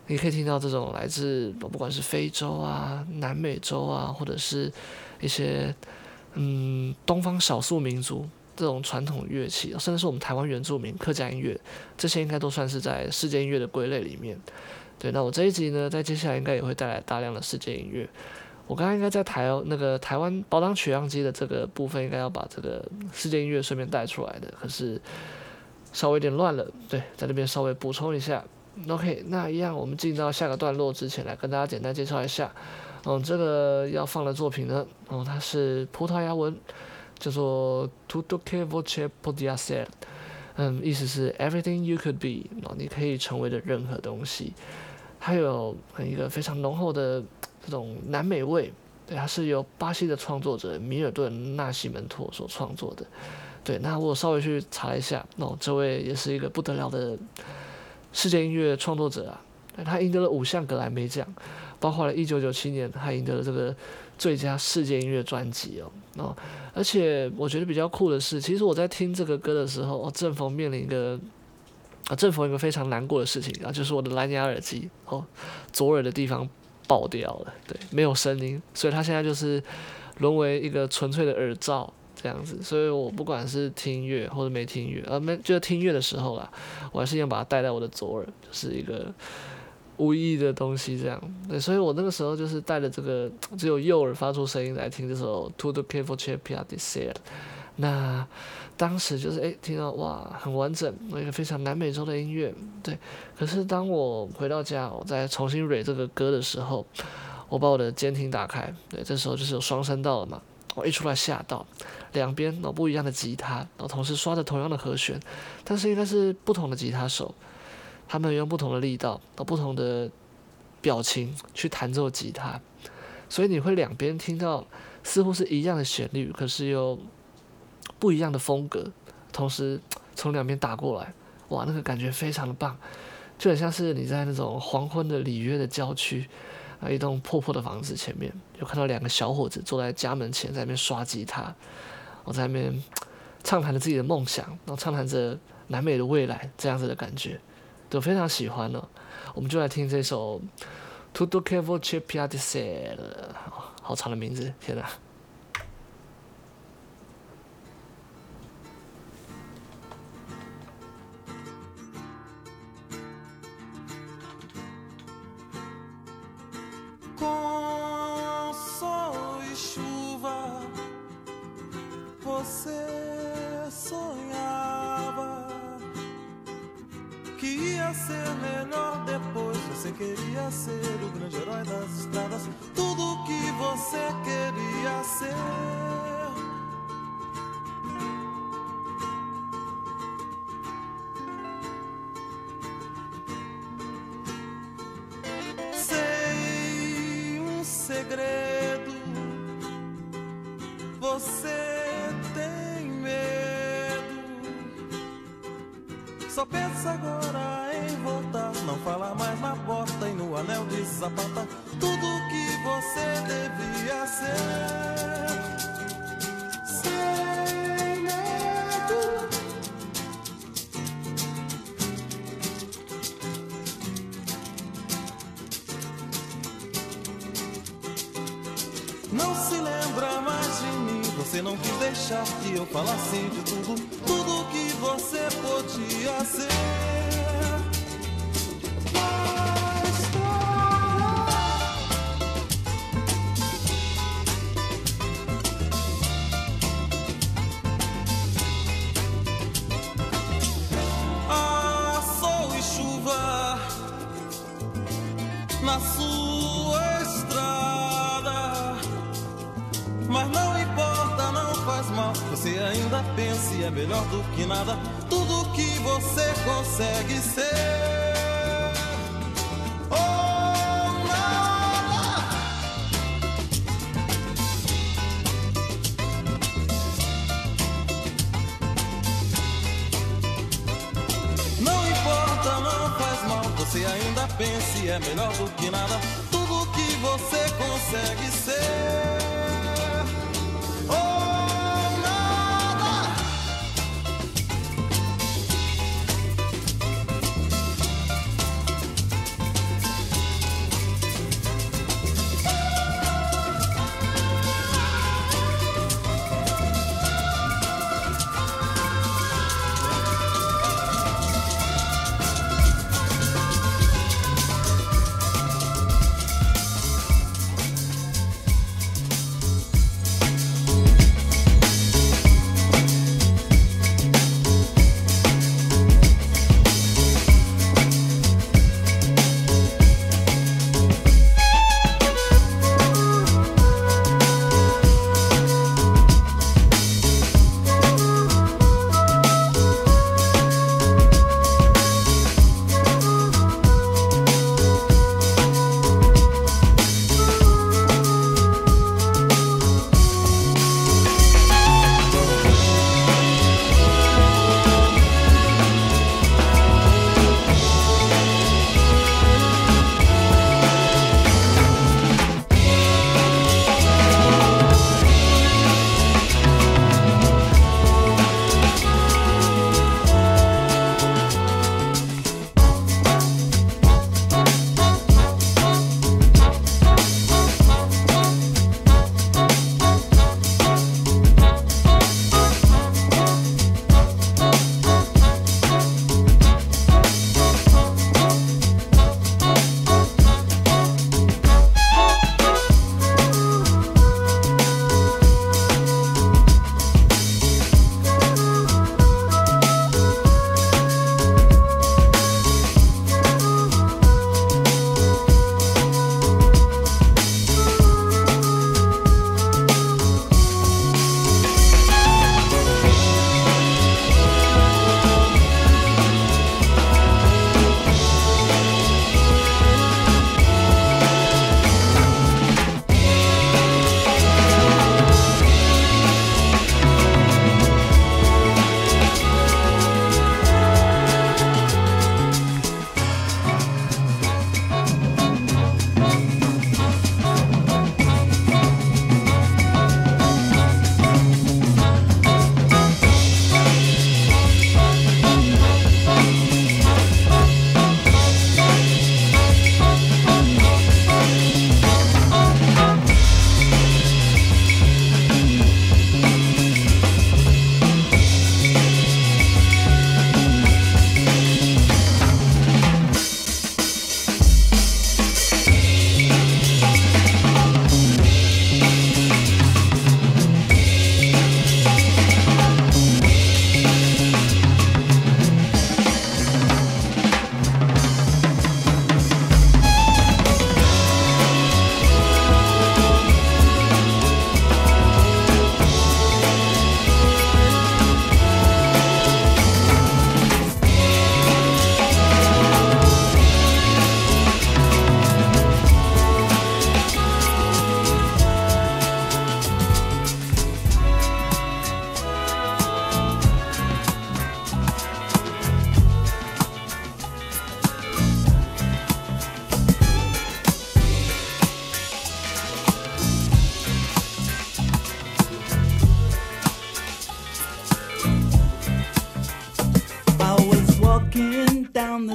你可以听到这种来自不管是非洲啊、南美洲啊，或者是一些嗯东方少数民族这种传统乐器，甚至是我们台湾原住民客家音乐，这些应该都算是在世界音乐的归类里面。对，那我这一集呢，在接下来应该也会带来大量的世界音乐。我刚刚应该在台那个台湾宝岛取样机的这个部分，应该要把这个世界音乐顺便带出来的，可是稍微有点乱了。对，在这边稍微补充一下。OK， 那一样，我们进到下个段落之前，来跟大家简单介绍一下。嗯，这个要放的作品呢，嗯，它是葡萄牙文，叫做 Tudo que você podia ser， 嗯，意思是 Everything you could be， 你可以成为的任何东西。它有一个非常浓厚的这种南美味，对，它是由巴西的创作者米尔顿·纳西门托所创作的。对，那我稍微去查一下，哦，这位也是一个不得了的世界音乐创作者啊，他赢得了五项格莱美奖，包括了一九九七年他赢得了这个最佳世界音乐专辑哦哦，而且我觉得比较酷的是，其实我在听这个歌的时候，哦，正逢面临一个。啊，正逢一个非常难过的事情啊，就是我的蓝牙耳机哦，左耳的地方爆掉了，对，没有声音，所以它现在就是沦为一个纯粹的耳罩这样子。所以我不管是听音乐或者没听音乐，呃，没就是听音乐的时候啦，我还是一样把它戴在我的左耳，就是一个无意义的东西这样。对，所以我那个时候就是带着这个只有右耳发出声音来听这首 Tudo que você pode ser。那当时就是哎，听到哇，很完整，一个非常南美洲的音乐，对。可是当我回到家，我再重新蕊这个歌的时候，我把我的监听打开，对，这时候就是有双声道了嘛，我一出来吓到，两边哦不一样的吉他，然后同时刷着同样的和弦，但是应该是不同的吉他手，他们用不同的力道，哦不同的表情去弹奏吉他，所以你会两边听到似乎是一样的旋律，可是又不一样的风格，同时从两边打过来，哇，那个感觉非常的棒，就很像是你在那种黄昏的里约的郊区，啊，一栋破破的房子前面，有看到两个小伙子坐在家门前，在那边刷吉他，我在那边畅谈着自己的梦想，然后畅谈着南美的未来，这样子的感觉，我非常喜欢哦。我们就来听这首 Tudo que você pode ser， 好长的名字，天哪！ Com sol e chuva, você sonhava que ia ser melhor depois. Você queria ser o grande herói das estradas, tudo que você queria ser. Segredo, você tem medo, só pensa agora em voltar, não fala mais na bota e no anel de sapata, tudo que você devia ser. Sem medo, não se lembra mais de mim, você não quis deixar que eu falasse de tudo, tudo que você podia ser. Ah, sol e chuva na sua estrada, mas não importa, não faz mal, você ainda pensa e é melhor do que nada, tudo que você consegue ser. Oh, nada. Não importa, não faz mal, você ainda pensa e é melhor do que nada, tudo que você consegue ser.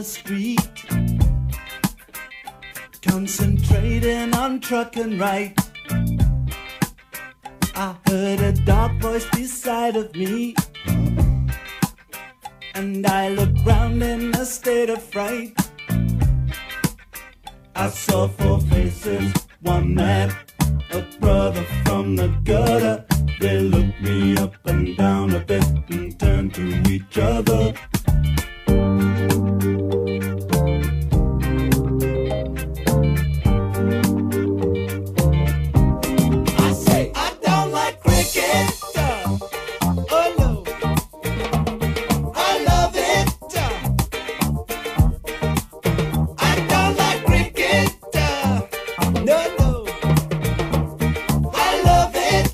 the street, concentrating on trucking right. I heard a dark voice beside of me, and I looked round in a state of fright. I saw four faces, one man, a brother from the gutter. They looked me up and down a bit and turned to each other. I say I don't like cricket. Oh no, I love it. I don't like cricket. No, no, I love it.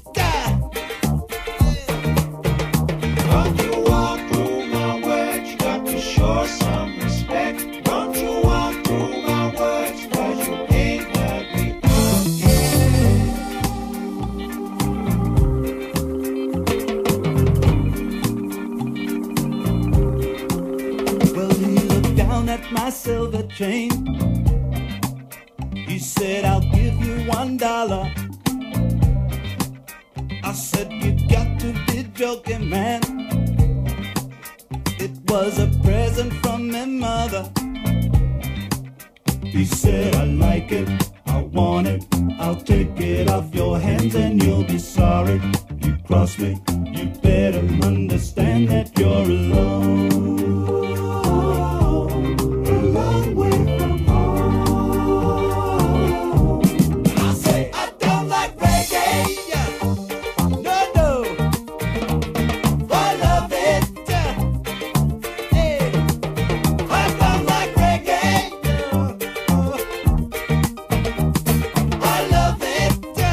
Don't you walk through my words, you got to show some respect. Don't you walk through my words, cause you ain't heard me. Well, he looked down at my silver chain. He said, I'll give you one dollar. I said, you got to be joking, man. It was a present from my mother. He said, I like it, I want it, I'll take it off your hands and you'll be sorry. You cross me, you better understand that you're alone. A long way from home. I say, I don't like reggae. No, no, I love it. Hey, I don't like reggae. I love it.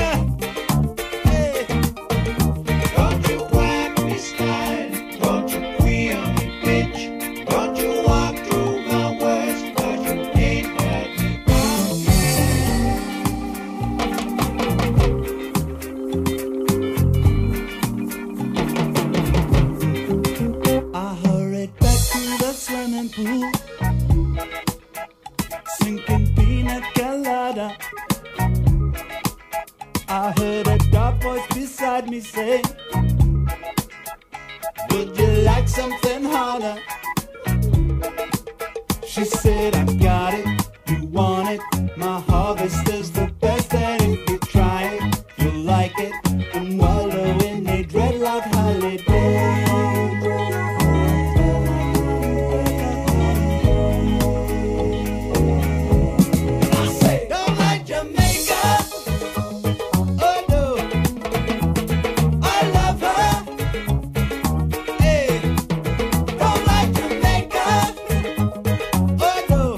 Hey, don't you whack me style, don't you quee on me bitch, don't you walk through my words, cause you ain't heard me. I hurried back to the swimming pool, sinking pina colada. I heard a dark voice beside me say, would you like something harder? She said, I got it, you want it, my harvest is the best, and if you try it, you'll like it, and wallow in a dreadlock holiday. I say, don't like Jamaica. Oh no, I love her. Hey, don't like Jamaica. Oh no,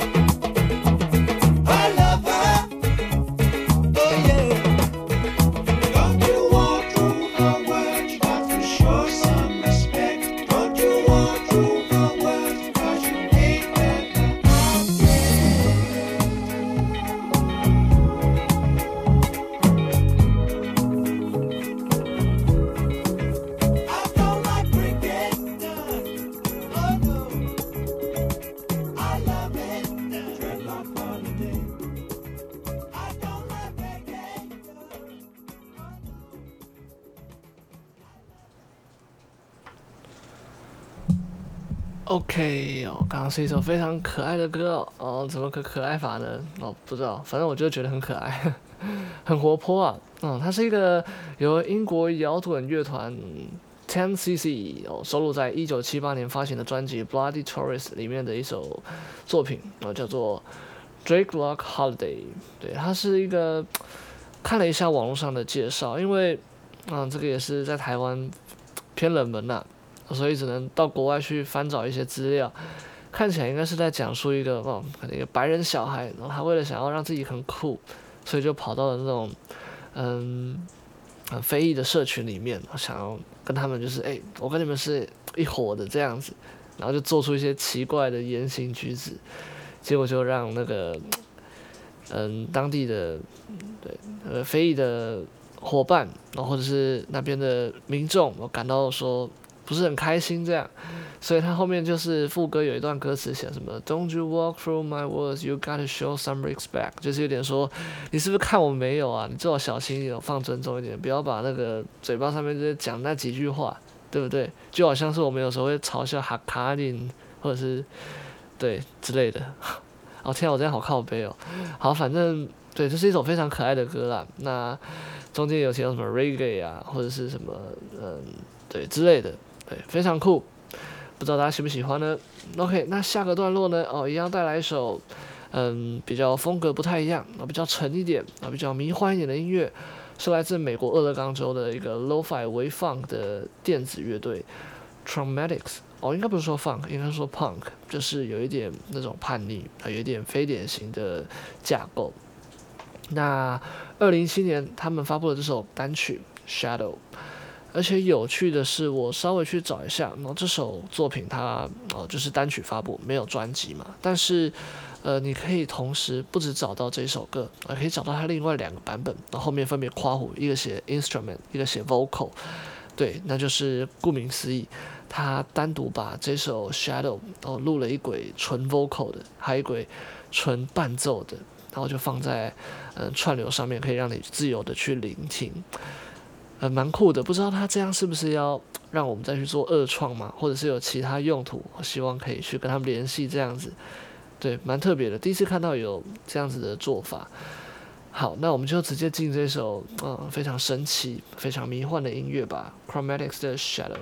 I love her. Oh yeah. Don't you walk through my words, you got to show some respect. Don't you walk through my words, cause you ain't heard me. I don't like cricket. Oh no, I love it. Dreadlock holiday. I don't like reggae. OK 哦，刚刚是一首非常可爱的歌哦，哦，怎么个可爱法呢？哦，不知道，反正我就觉得很可爱，很活泼啊。嗯，它是一个由英国摇滚乐团 ten C C 哦收录在一九七八年发行的专辑《Bloody Tourist》里面的一首作品，哦，叫做 Dreadlock Holiday。对，它是一个看了一下网络上的介绍，因为嗯，这个也是在台湾偏冷门呐、啊。所以只能到国外去翻找一些资料，看起来应该是在讲述一个哦，可能一个白人小孩，然后他为了想要让自己很酷，所以就跑到了那种嗯很非裔的社群里面，想要跟他们就是哎、欸，我跟你们是一伙的这样子，然后就做出一些奇怪的言行举止，结果就让那个嗯当地的对呃非裔的伙伴，然后或者是那边的民众，我感到说不是很开心这样。所以他后面就是副歌有一段歌词写什么 Don't you walk through my words, you gotta show some respect， 就是有点说你是不是看我没有啊，你最好小心一点，放尊重一点，不要把那个嘴巴上面就是讲那几句话，对不对？就好像是我们有时候会嘲笑哈卡林或者是对之类的。哦天啊，我这样好靠背哦。好，反正对，这是一首非常可爱的歌啦。那中间有提到什么 reggae 啊，或者是什么嗯对之类的，对，非常酷。不知道大家喜不喜欢呢 ？OK， 那下个段落呢？哦，一样带来一首，嗯，比较风格不太一样，啊，比较沉一点，啊，比较迷幻一点的音乐，是来自美国俄勒冈州的一个 Lo-Fi 微 Funk 的电子乐队 Traumatics。哦，应该不是说 Funk， 应该说 Punk， 就是有一点那种叛逆，啊，有一点非典型的架构。那二零一七年他们发布了这首单曲 Shadow。而且有趣的是，我稍微去找一下，然后这首作品它呃就是单曲发布，没有专辑嘛。但是，呃，你可以同时不只找到这首歌，呃，可以找到它另外两个版本，然后后面分别括弧，一个写 instrument， 一个写 vocal。对，那就是顾名思义，他单独把这首 Shadow 哦录了一轨纯 vocal 的，还有一轨纯伴奏的，然后就放在嗯、呃、串流上面，可以让你自由的去聆听。呃，蛮酷的，不知道他这样是不是要让我们再去做二创嘛，或者是有其他用途？我希望可以去跟他们联系，这样子，对，蛮特别的，第一次看到有这样子的做法。好，那我们就直接进这首嗯非常神奇、非常迷幻的音乐吧 ，Chromatics 的 Shadow。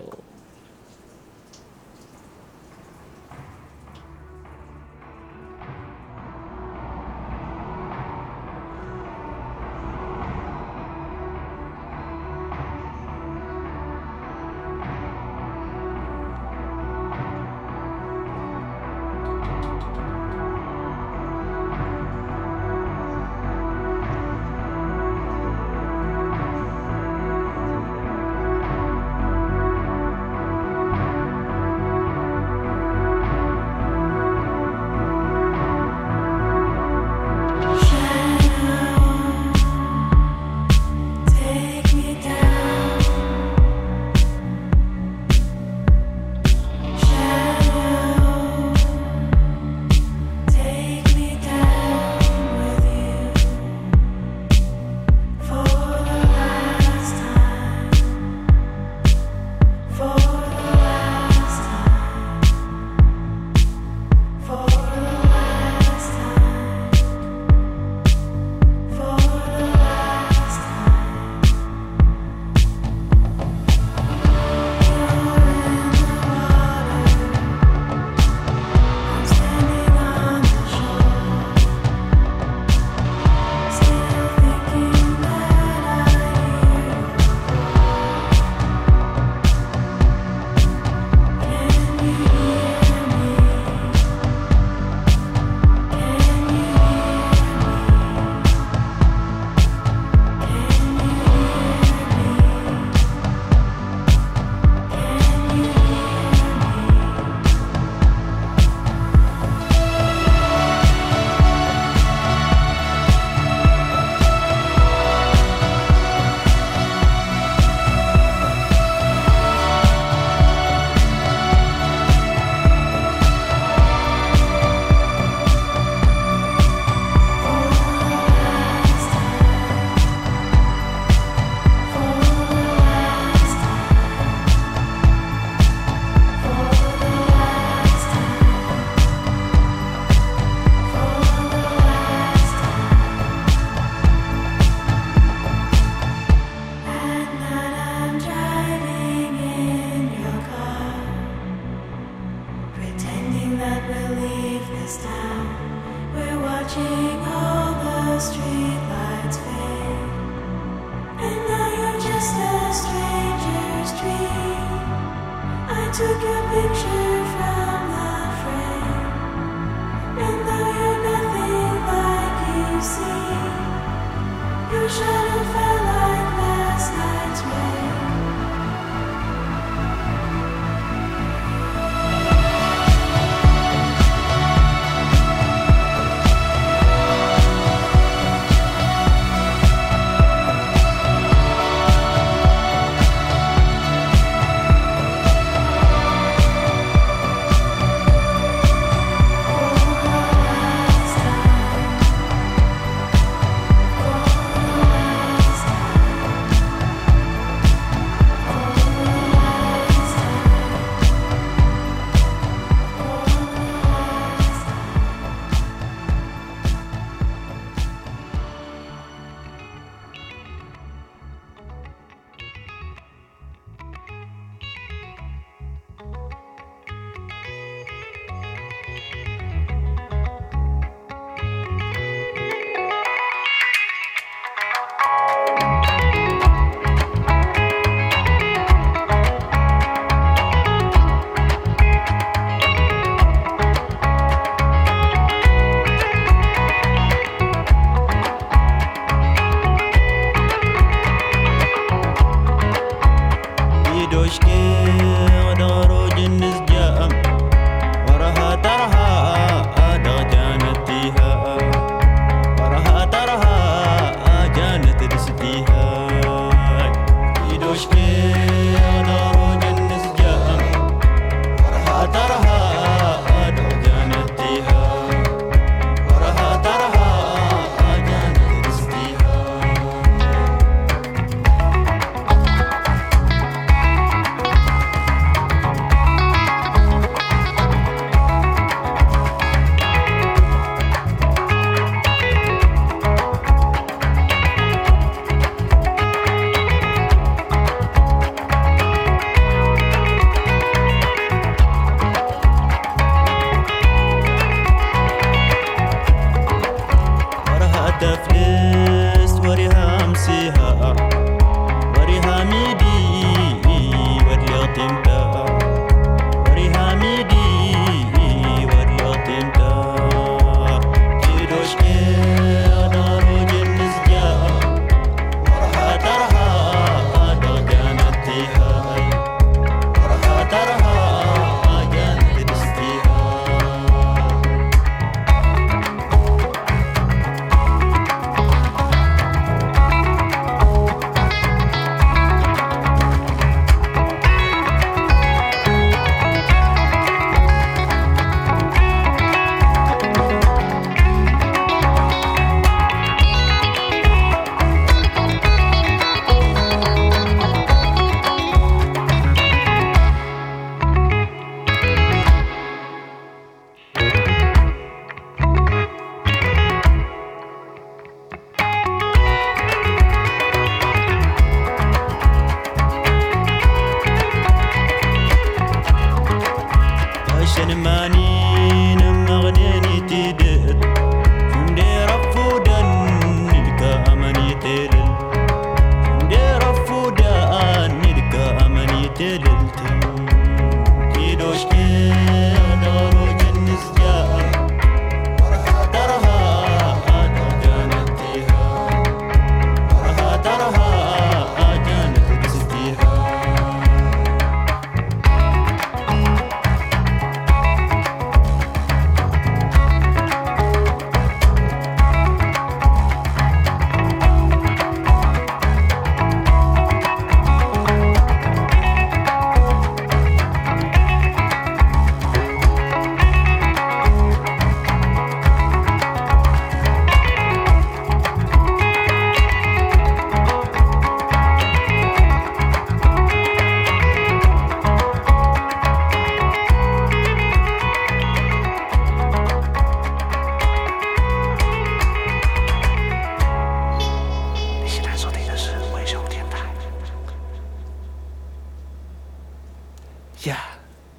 呀、yeah ，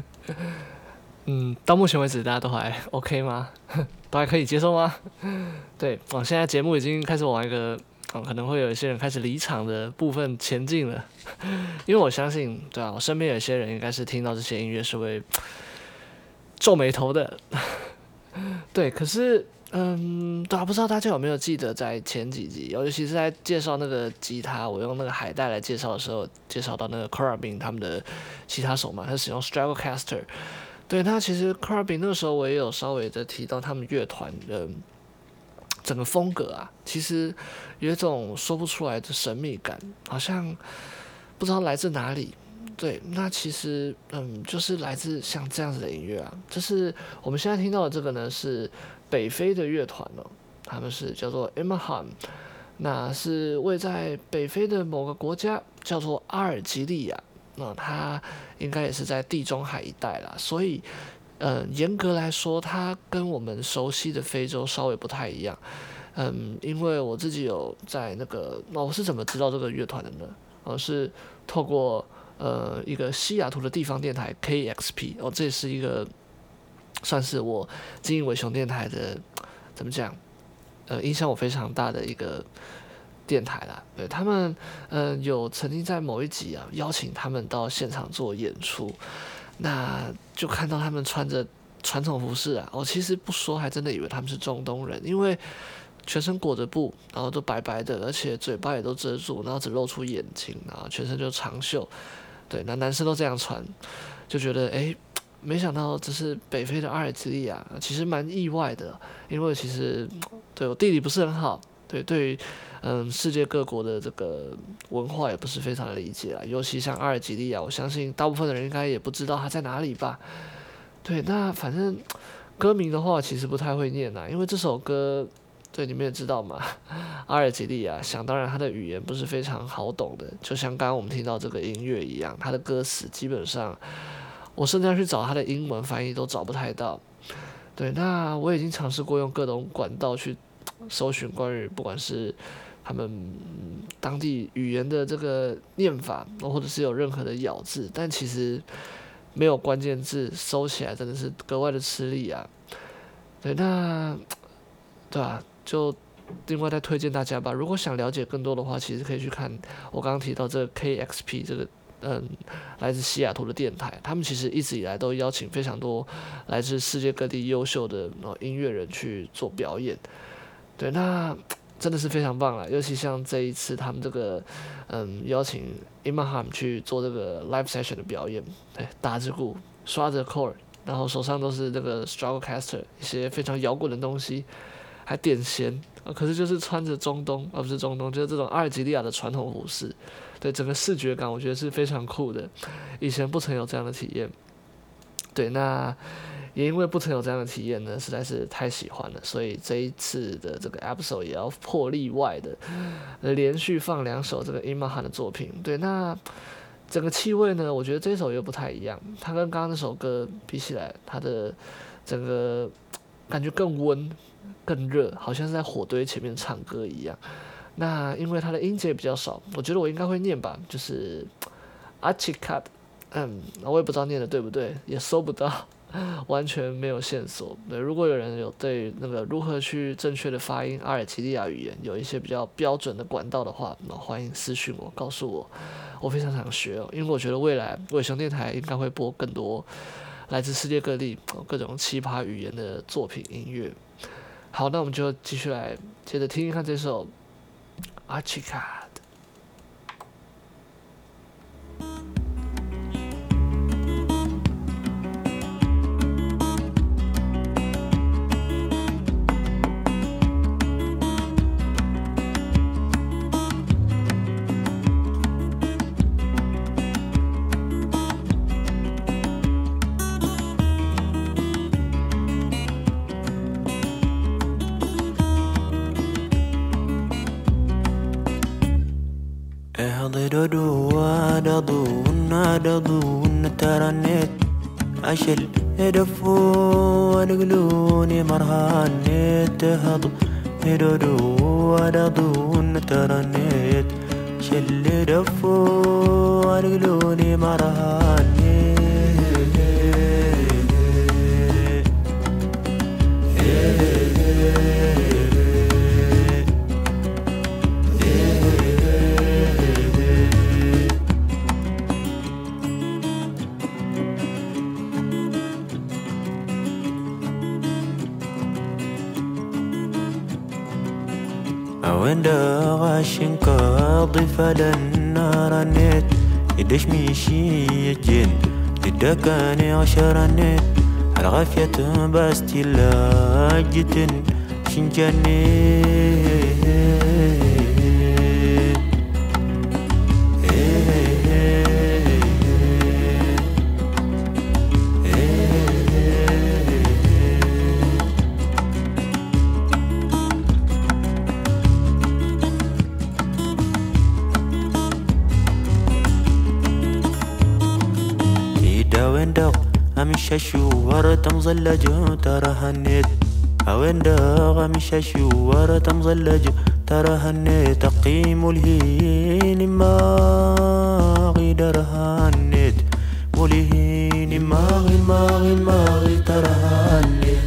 嗯，到目前为止大家都还 OK 吗？都还可以接受吗？对，哦，现在节目已经开始往一个，哦，可能会有一些人开始离场的部分前进了，因为我相信，对啊，我身边有一些人应该是听到这些音乐是会皱眉头的，对，可是。嗯，对啊，不知道大家有没有记得在前几集，尤其是在介绍那个吉他，我用那个海带来介绍的时候，介绍到那个 Corbin 他们的吉他手嘛，他使用 Stratocaster。对，那其实 Corbin 那个时候我也有稍微的提到他们乐团的整个风格啊，其实有一种说不出来的神秘感，好像不知道来自哪里。对，那其实嗯，就是来自像这样子的音乐啊，就是我们现在听到的这个呢是。北非的乐团哦，他们是叫做 Imaham， 那是位在北非的某个国家，叫做阿尔及利亚。那它应该也是在地中海一带啦，所以，呃，严格来说，它跟我们熟悉的非洲稍微不太一样。嗯，因为我自己有在那个，那、哦、我是怎么知道这个乐团的呢？我、哦、是透过呃一个西雅图的地方电台 K X P， 哦，这也是一个。算是我经营伟雄电台的怎么讲？呃，影响我非常大的一个电台啦。对他们，呃，有曾经在某一集啊邀请他们到现场做演出，那就看到他们穿着传统服饰啊。我其实不说，还真的以为他们是中东人，因为全身裹着布，然后都白白的，而且嘴巴也都遮住，然后只露出眼睛，然后全身就长袖。对，那男生都这样穿，就觉得哎。诶没想到这是北非的阿尔及利亚，其实蛮意外的，因为其实对我地理不是很好，对对于嗯世界各国的这个文化也不是非常的理解啦，尤其像阿尔及利亚，我相信大部分的人应该也不知道它在哪里吧。对，那反正歌名的话其实不太会念啦，因为这首歌对你们也知道嘛，阿尔及利亚想当然它的语言不是非常好懂的，就像刚刚我们听到这个音乐一样，它的歌词基本上。我甚至要去找它的英文翻译都找不太到，对，那我已经尝试过用各种管道去搜寻关于不管是他们当地语言的这个念法，或者是有任何的咬字，但其实没有关键字搜起来真的是格外的吃力啊。对，那对吧？就另外再推荐大家吧，如果想了解更多的话，其实可以去看我刚刚提到这个 K X P 这个。嗯，来自西雅图的电台，他们其实一直以来都邀请非常多来自世界各地优秀的音乐人去做表演。对，那真的是非常棒啦，尤其像这一次他们这个嗯邀请 Imaham 去做这个 live session 的表演，对，打着鼓，刷着 chord， 然后手上都是这个 Stratocaster 一些非常摇滚的东西，还点弦，可是就是穿着中东，而、啊、不是中东，就是这种阿尔及利亚的传统服饰。对，整个视觉感我觉得是非常酷的，以前不曾有这样的体验。对，那也因为不曾有这样的体验呢，实在是太喜欢了，所以这一次的这个 episode 也要破例外的连续放两首这个 Imaham 的作品。对，那整个气味呢，我觉得这首又不太一样，它跟刚刚那首歌比起来，它的整个感觉更温、更热，好像是在火堆前面唱歌一样。那因为它的音节比较少，我觉得我应该会念吧，就是 Achikat， 嗯，我也不知道念的对不对，也搜不到，完全没有线索。对，如果有人有对那个如何去正确的发音阿尔及利亚语言有一些比较标准的管道的话，那欢迎私讯我，告诉我，我非常想学哦，因为我觉得未来伟雄电台应该会播更多来自世界各地各种奇葩语言的作品音乐。好，那我们就继续来接着听听看这首。Achikat。 ترنيت عشل هدفو ونقلوني مرهانيت هضو هدودو ودضون ترنيت شل دفو أرجلوني مرهاني وين غاشن كضيف للنار النت يدش ميشي يجين تدكاني عشر النت على غفية باستي لاجتن شنجاني ششوار تمزلج ترى هنيت وين داغ مش ششوار تمزلج ترى هنيت تقيم الهين ما غير هنيت ولهين ما غي ما غي ما غي ترى هنيت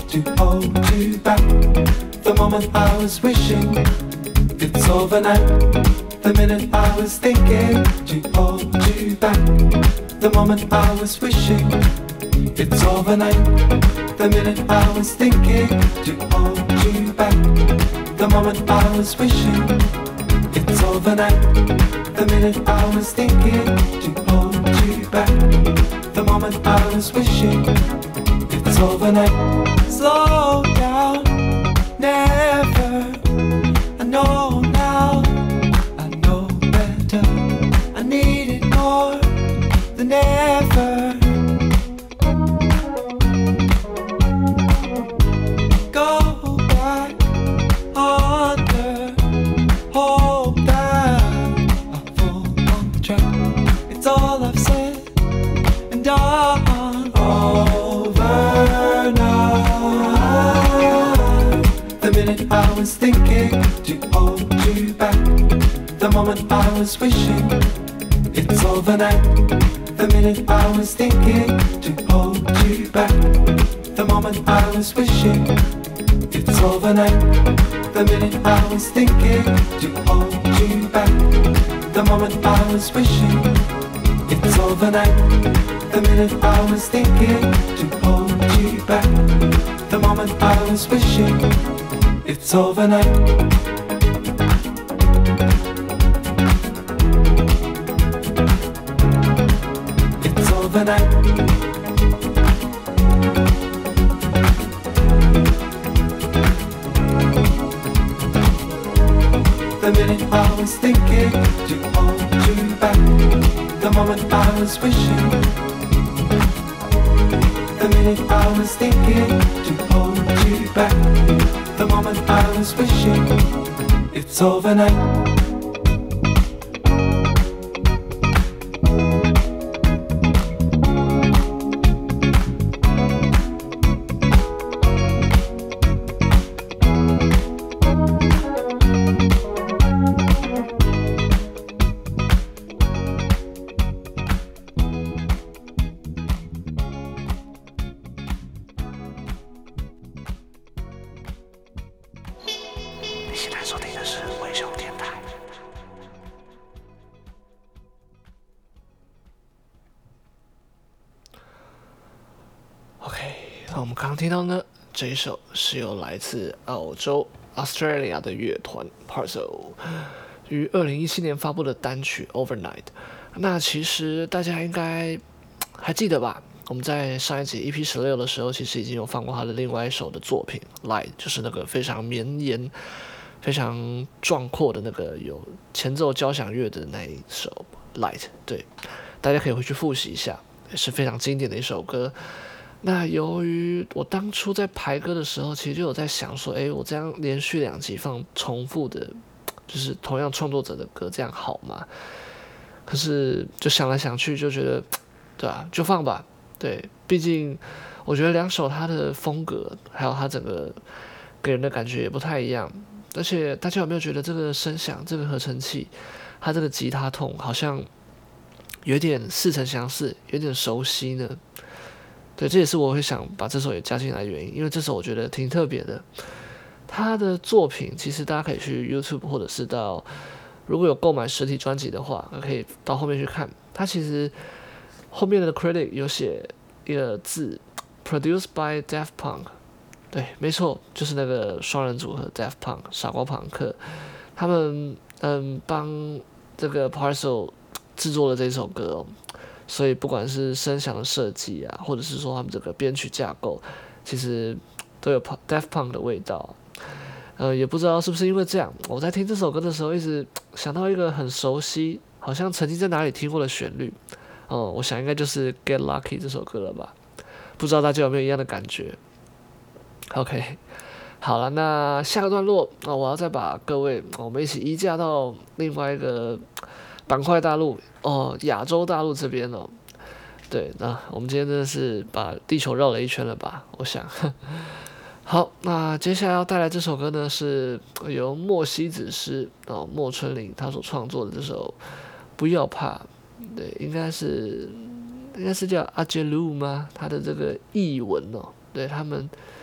to hold you back. The moment I was wishing it's overnight. The minute I was thinking to hold you back. The moment I was wishing it's overnight. The minute I was thinking to hold you back. The moment I was wishing it's overnight. The minute I was thinking to hold you back. The moment I was wishing it's overnight. Slow down, never. I know now, I know better. I need it more than ever. Go back under, hold that I fall on the track. It's all I've said and done. Over now. The minute I was thinking to hold you back. The moment I was wishing it's overnight. The minute I was thinking to hold you back. The moment I was wishing it's overnight. The minute I was thinking to hold you back. The moment I was wishing it's overnight. The minute I was thinking to hold you back. The moment I was wishing it's overnight. It's overnight. The minute I was thinking to hold you back. The moment I was wishing. The minute I was thinking to hold you back. The moment I was wishing it's overnight. 你现在收听的是微熊电台。OK， 那我们刚刚听到呢，这一首是由来自澳洲 Australia 的乐团 Parcel 于二零一七年发布的单曲 Overnight。那其实大家应该还记得吧？我们在上一集 E P 十六的时候，其实已经有放过他的另外一首的作品 Light， 就是那个非常绵延、非常壮阔的那个有前奏交响乐的那一首 Light。对，大家可以回去复习一下，也是非常经典的一首歌。那由于我当初在排歌的时候，其实就有在想说，诶，我这样连续两集放重复的，就是同样创作者的歌，这样好吗？可是就想来想去，就觉得，对啊，就放吧。对，毕竟我觉得两首它的风格，还有它整个给人的感觉也不太一样。而且大家有没有觉得这个声响，这个合成器，它这个吉他痛好像有点似曾相识，有点熟悉呢？对，这也是我会想把这首也加进来的原因，因为这首我觉得挺特别的。他的作品其实大家可以去 YouTube 或者是到，如果有购买实体专辑的话，可以到后面去看。他其实后面的 credit 有写一个字 ，produced by Daft Punk。对，没错，就是那个双人组合 Daft Punk 傻瓜朋克，他们嗯帮这个 Parcel 制作了这首歌哦。所以不管是声响的设计啊，或者是说他们这个编曲架构，其实都有 Daft Punk 的味道。呃，也不知道是不是因为这样，我在听这首歌的时候，一直想到一个很熟悉，好像曾经在哪里听过的旋律。哦、嗯，我想应该就是《Get Lucky》这首歌了吧？不知道大家有没有一样的感觉 ？OK， 好了，那下个段落啊、哦，我要再把各位我们一起移驾到另外一个板块大陆哦，亚洲大陆这边哦。对，那我们今天真的是把地球绕了一圈了吧？我想。好，那接下来要带来这首歌呢，是由莫西子诗哦莫春玲他所创作的这首《不要怕》。对，应该是应该是叫阿杰鲁吗？他的这个译文哦，对他们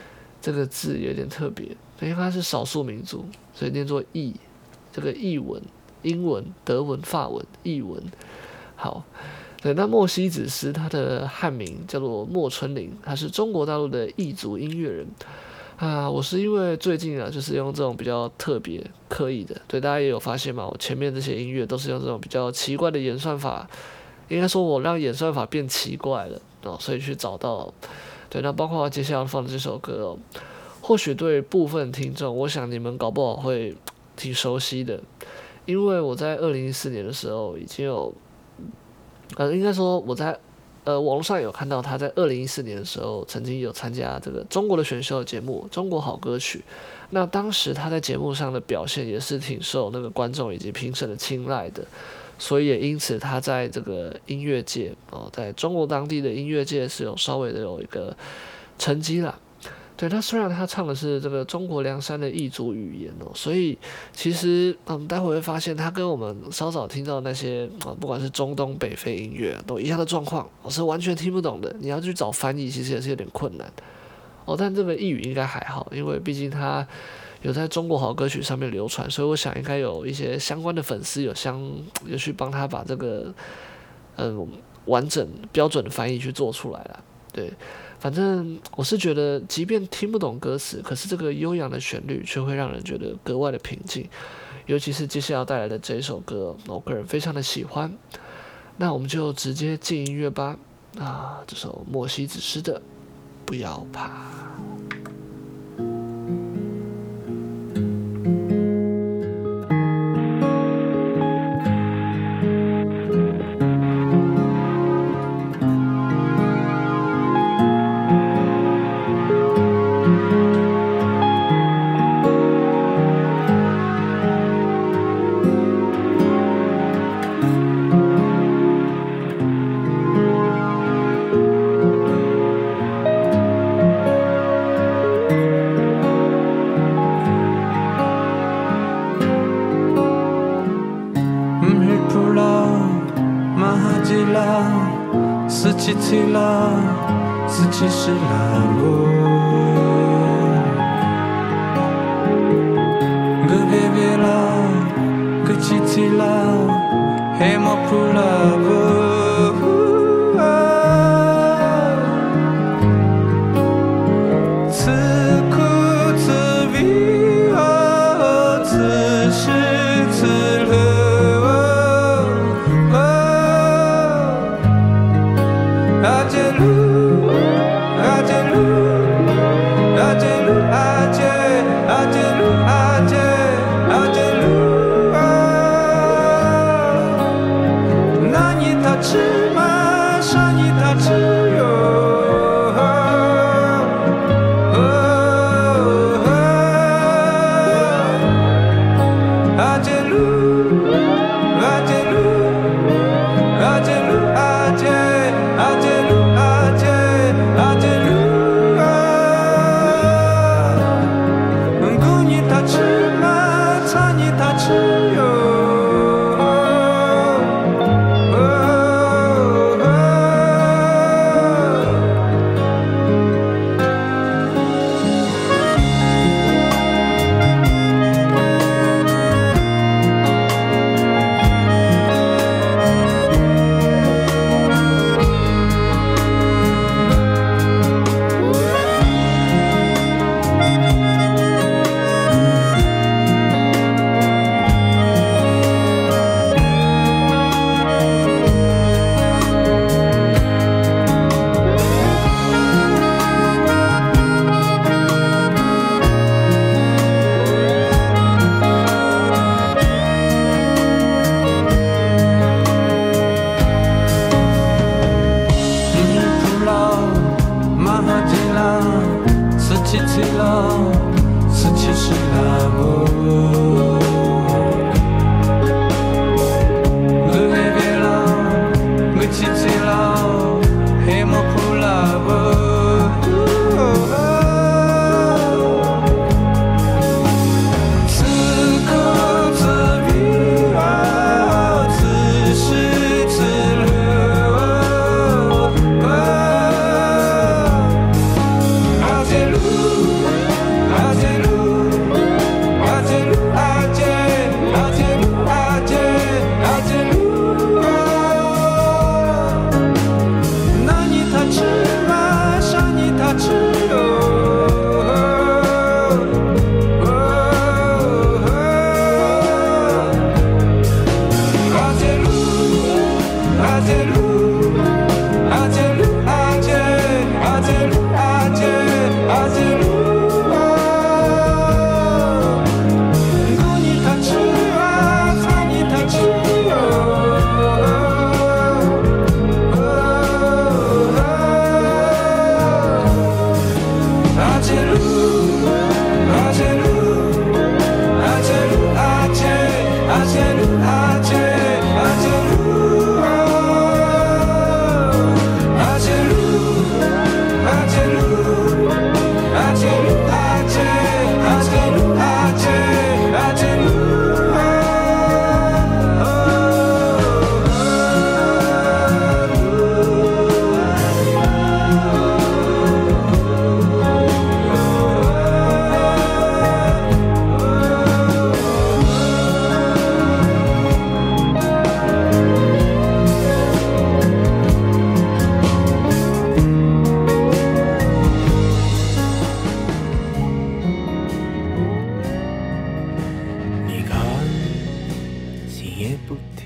这个字有点特别，因为它是少数民族，所以念作译。这个译文，英文、德文、法文，译文。好，对，那莫西子诗他的汉名叫做莫春林，他是中国大陆的异族音乐人。啊，我是因为最近啊，就是用这种比较特别、刻意的，对大家也有发现嘛，我前面这些音乐都是用这种比较奇怪的演算法，应该说我让演算法变奇怪了哦，所以去找到，对，那包括接下来要放的这首歌哦，或许对部分听众，我想你们搞不好会挺熟悉的，因为我在二零一四年的时候已经有，呃，应该说我在。呃，网络上有看到他在二零一四年的时候，曾经有参加这个中国的选秀节目《中国好歌曲》。那当时他在节目上的表现也是挺受那个观众以及评审的青睐的，所以也因此他在这个音乐界哦，在中国当地的音乐界是有稍微的有一个成绩啦。对，他虽然他唱的是这个中国凉山的异族语言哦，所以其实嗯，待会会发现他跟我们稍早听到的那些啊，不管是中东北非音乐都一样的状况，我是完全听不懂的。你要去找翻译，其实也是有点困难哦。但这个译语应该还好，因为毕竟他有在中国好歌曲上面流传，所以我想应该有一些相关的粉丝有相有去帮他把这个嗯完整标准的翻译去做出来了。对，反正我是觉得，即便听不懂歌词，可是这个悠扬的旋律却会让人觉得格外的平静。尤其是接下来要带来的这一首歌，我个人非常的喜欢。那我们就直接进音乐吧。啊，这首莫西子诗的《不要怕》。 四季起了，四季是了路。个别别了，个起起了，黑毛扑了不。此苦此悲哦，此时此乐。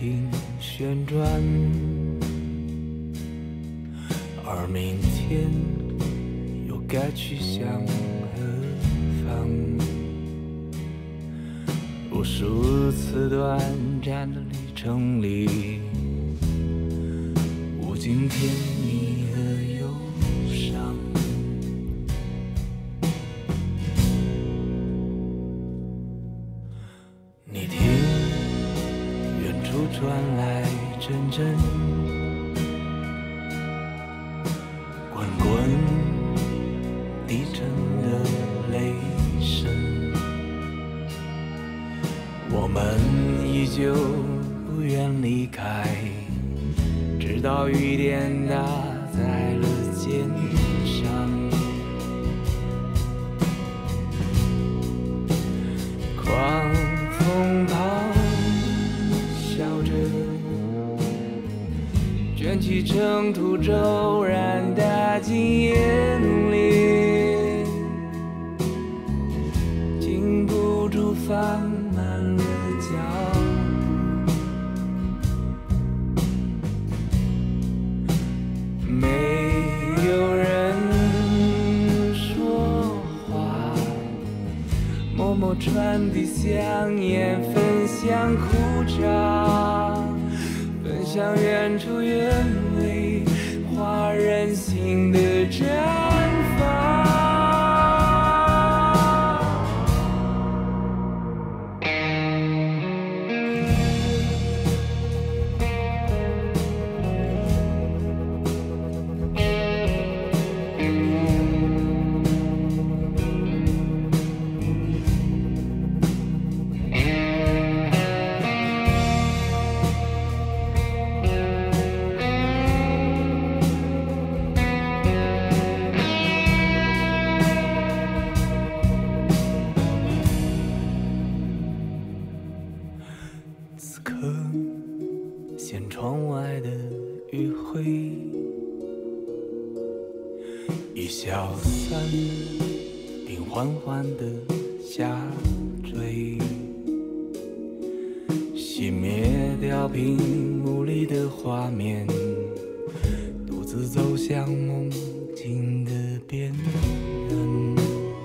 停旋转，而明天又该去向何方？无数次短暂的旅程里，无尽甜蜜和忧伤。你听，远处传来阵阵滚滚低沉的雷声，我们依旧不愿离开，直到雨点打在了肩上。狂风咆哮着，卷起尘土，骤然打进眼里，禁不住放慢了脚步。没有人说话，默默传递香烟，分享苦茶，分享远处远未化人心的绽放。此刻，舷窗外的余晖已消散，并缓缓地下坠，熄灭掉屏幕里的画面，独自走向梦境的边缘。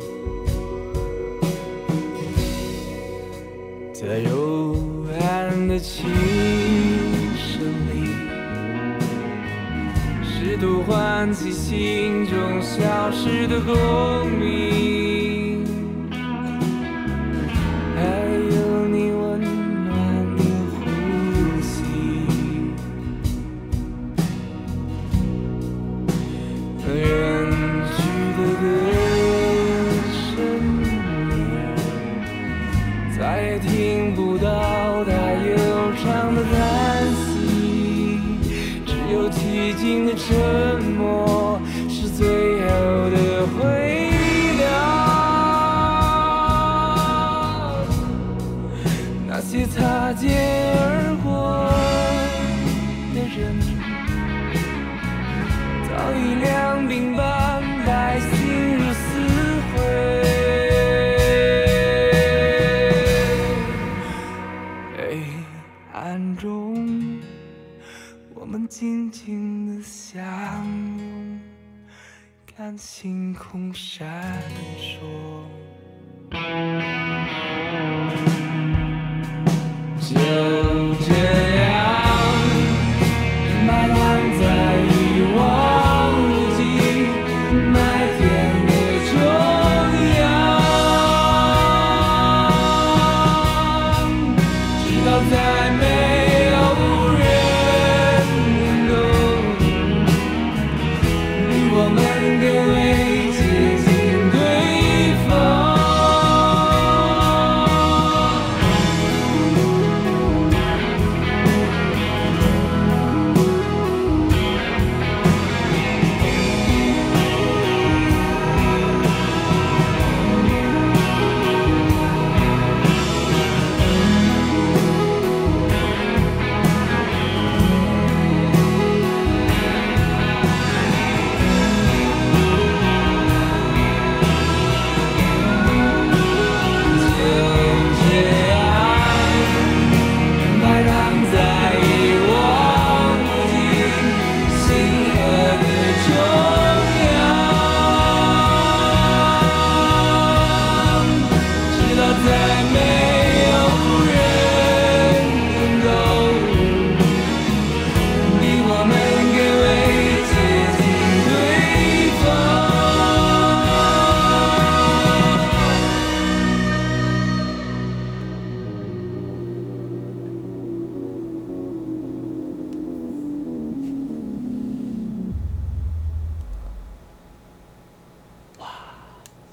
在幽暗的琴声里，试图唤起心中消失的共鸣，还有你温暖的呼吸。远去的歌声里，再也听不到它悠长的叹息，只有寂静的沉默是最后的回答。那些擦肩而过的人，早已两鬓斑白，心如死灰。黑暗中，我们静静地相拥，看星空闪烁。就这样，埋藏在一望无际麦田的中央，直到再没有人能够离我们更为接近对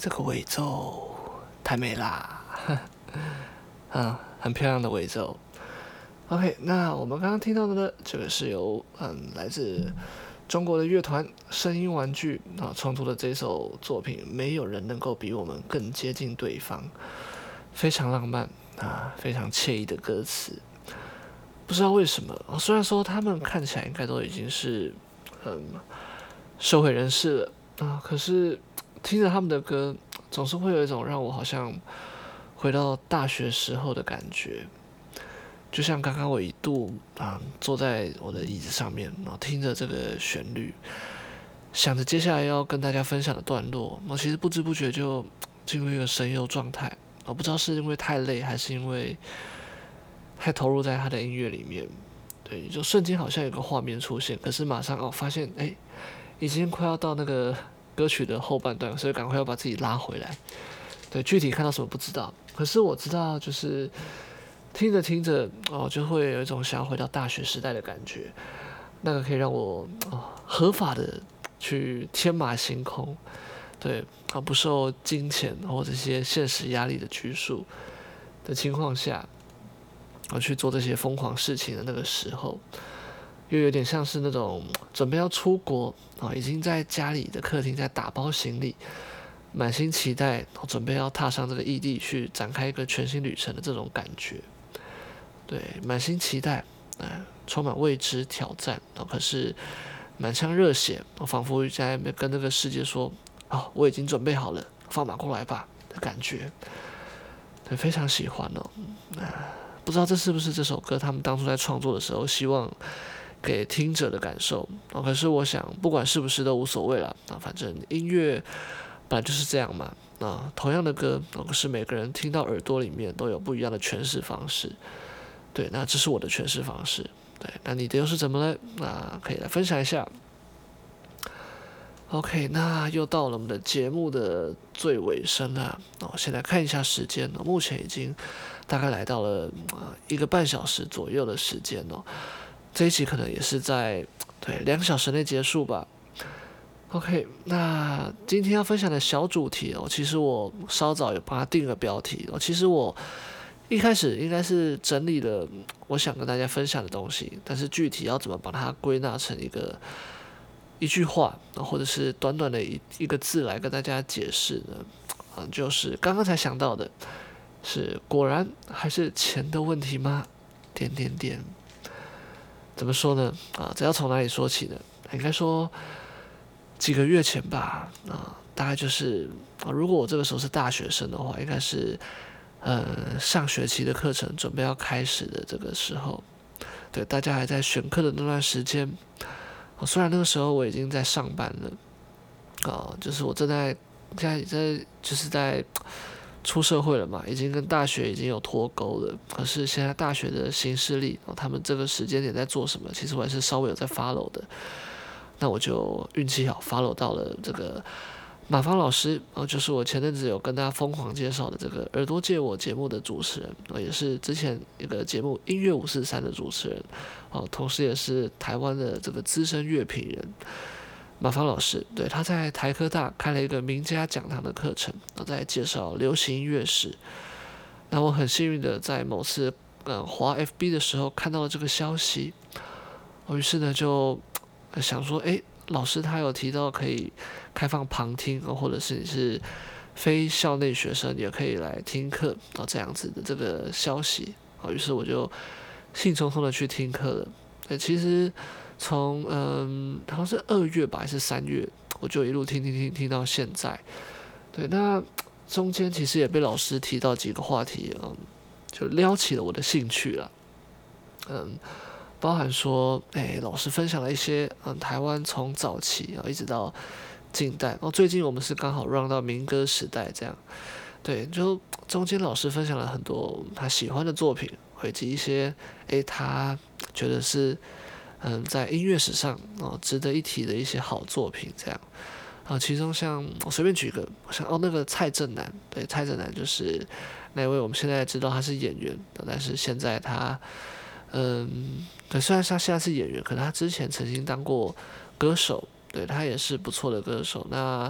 这个尾奏太美啦，啊，很漂亮的尾奏。OK， 那我们刚刚听到的呢，这个是由嗯来自中国的乐团声音玩具啊创作的这首作品，没有人能够比我们更接近对方，非常浪漫啊，非常惬意的歌词。不知道为什么，虽然说他们看起来应该都已经是嗯社会人士了啊，可是听着他们的歌，总是会有一种让我好像回到大学时候的感觉。就像刚刚我一度啊坐在我的椅子上面，然后听着这个旋律，想着接下来要跟大家分享的段落，我其实不知不觉就进入一个神游状态。我不知道是因为太累，还是因为太投入在他的音乐里面，对，就瞬间好像有个画面出现，可是马上哦发现哎，已经快要到那个歌曲的后半段，所以赶快要把自己拉回来。对，具体看到什么不知道，可是我知道就是听着听着哦，就会有一种想要回到大学时代的感觉，那个可以让我哦合法的去天马行空，对啊，不受金钱或者这些现实压力的拘束的情况下，我去做这些疯狂事情的那个时候，又有点像是那种准备要出国啊，已经在家里的客厅在打包行李，满心期待，准备要踏上这个异地去展开一个全新旅程的这种感觉。对，满心期待，呃，充满未知挑战，可是满腔热血，我仿佛在跟这个世界说：“哦，我已经准备好了，放马过来吧”的感觉。对，非常喜欢哦。呃不知道这是不是这首歌他们当初在创作的时候希望给听者的感受啊？可是我想，不管是不是都无所谓了啊，反正音乐本来就是这样嘛。啊，同样的歌，可是每个人听到耳朵里面都有不一样的诠释方式。对，那这是我的诠释方式。对，那你的又是怎么呢？那可以来分享一下。OK， 那又到了我们的节目的最尾声了。哦，先来看一下时间哦，目前已经大概来到了呃一个半小时左右的时间哦。这一集可能也是在对两小时内结束吧。OK， 那今天要分享的小主题哦，其实我稍早有帮它定个标题哦。其实我一开始应该是整理了我想跟大家分享的东西，但是具体要怎么把它归纳成一个一句话，或者是短短的一一个字来跟大家解释呢？啊，就是刚刚才想到的，是果然还是钱的问题吗？点点点，怎么说呢？啊，这要从哪里说起呢？应该说几个月前吧，啊，大概就是啊，如果我这个时候是大学生的话，应该是呃上学期的课程准备要开始的这个时候，对，大家还在选课的那段时间。虽然那个时候我已经在上班了，啊，就是我正在现在在就是在出社会了嘛，已经跟大学已经有脱钩了。可是现在大学的行事历，他们这个时间点在做什么，其实我还是稍微有在 follow 的。那我就运气好 follow 到了这个马芳老师，哦，就是我前阵子有跟大家疯狂介绍的这个耳朵借我节目的主持人，哦，也是之前一个节目音乐五四三的主持人，哦，同时也是台湾的这个资深乐评人马芳老师。对，他在台科大开了一个名家讲堂的课程，哦，在介绍流行音乐史。那我很幸运的在某次嗯滑 F B 的时候看到了这个消息，我于是呢就想说，哎，老师他有提到可以开放旁听，或者是你是非校内学生也可以来听课啊，这样子的这个消息啊，于是我就兴冲冲的去听课了。对，其实从嗯好像是二月吧还是三月，我就一路听听听听到现在。对，那中间其实也被老师提到几个话题，嗯，就撩起了我的兴趣了，嗯。包含说，哎，老师分享了一些，嗯，台湾从早期啊一直到近代，然后最近我们是刚好 run 到民歌时代这样，对，就中间老师分享了很多他喜欢的作品，以及一些，哎，他觉得是，嗯，在音乐史上哦值得一提的一些好作品这样，啊，其中像我随便举个，像哦那个蔡振南，对，蔡振南就是那位我们现在知道他是演员，但是现在他。嗯，对，虽然他现在是演员，可能他之前曾经当过歌手，对，他也是不错的歌手。那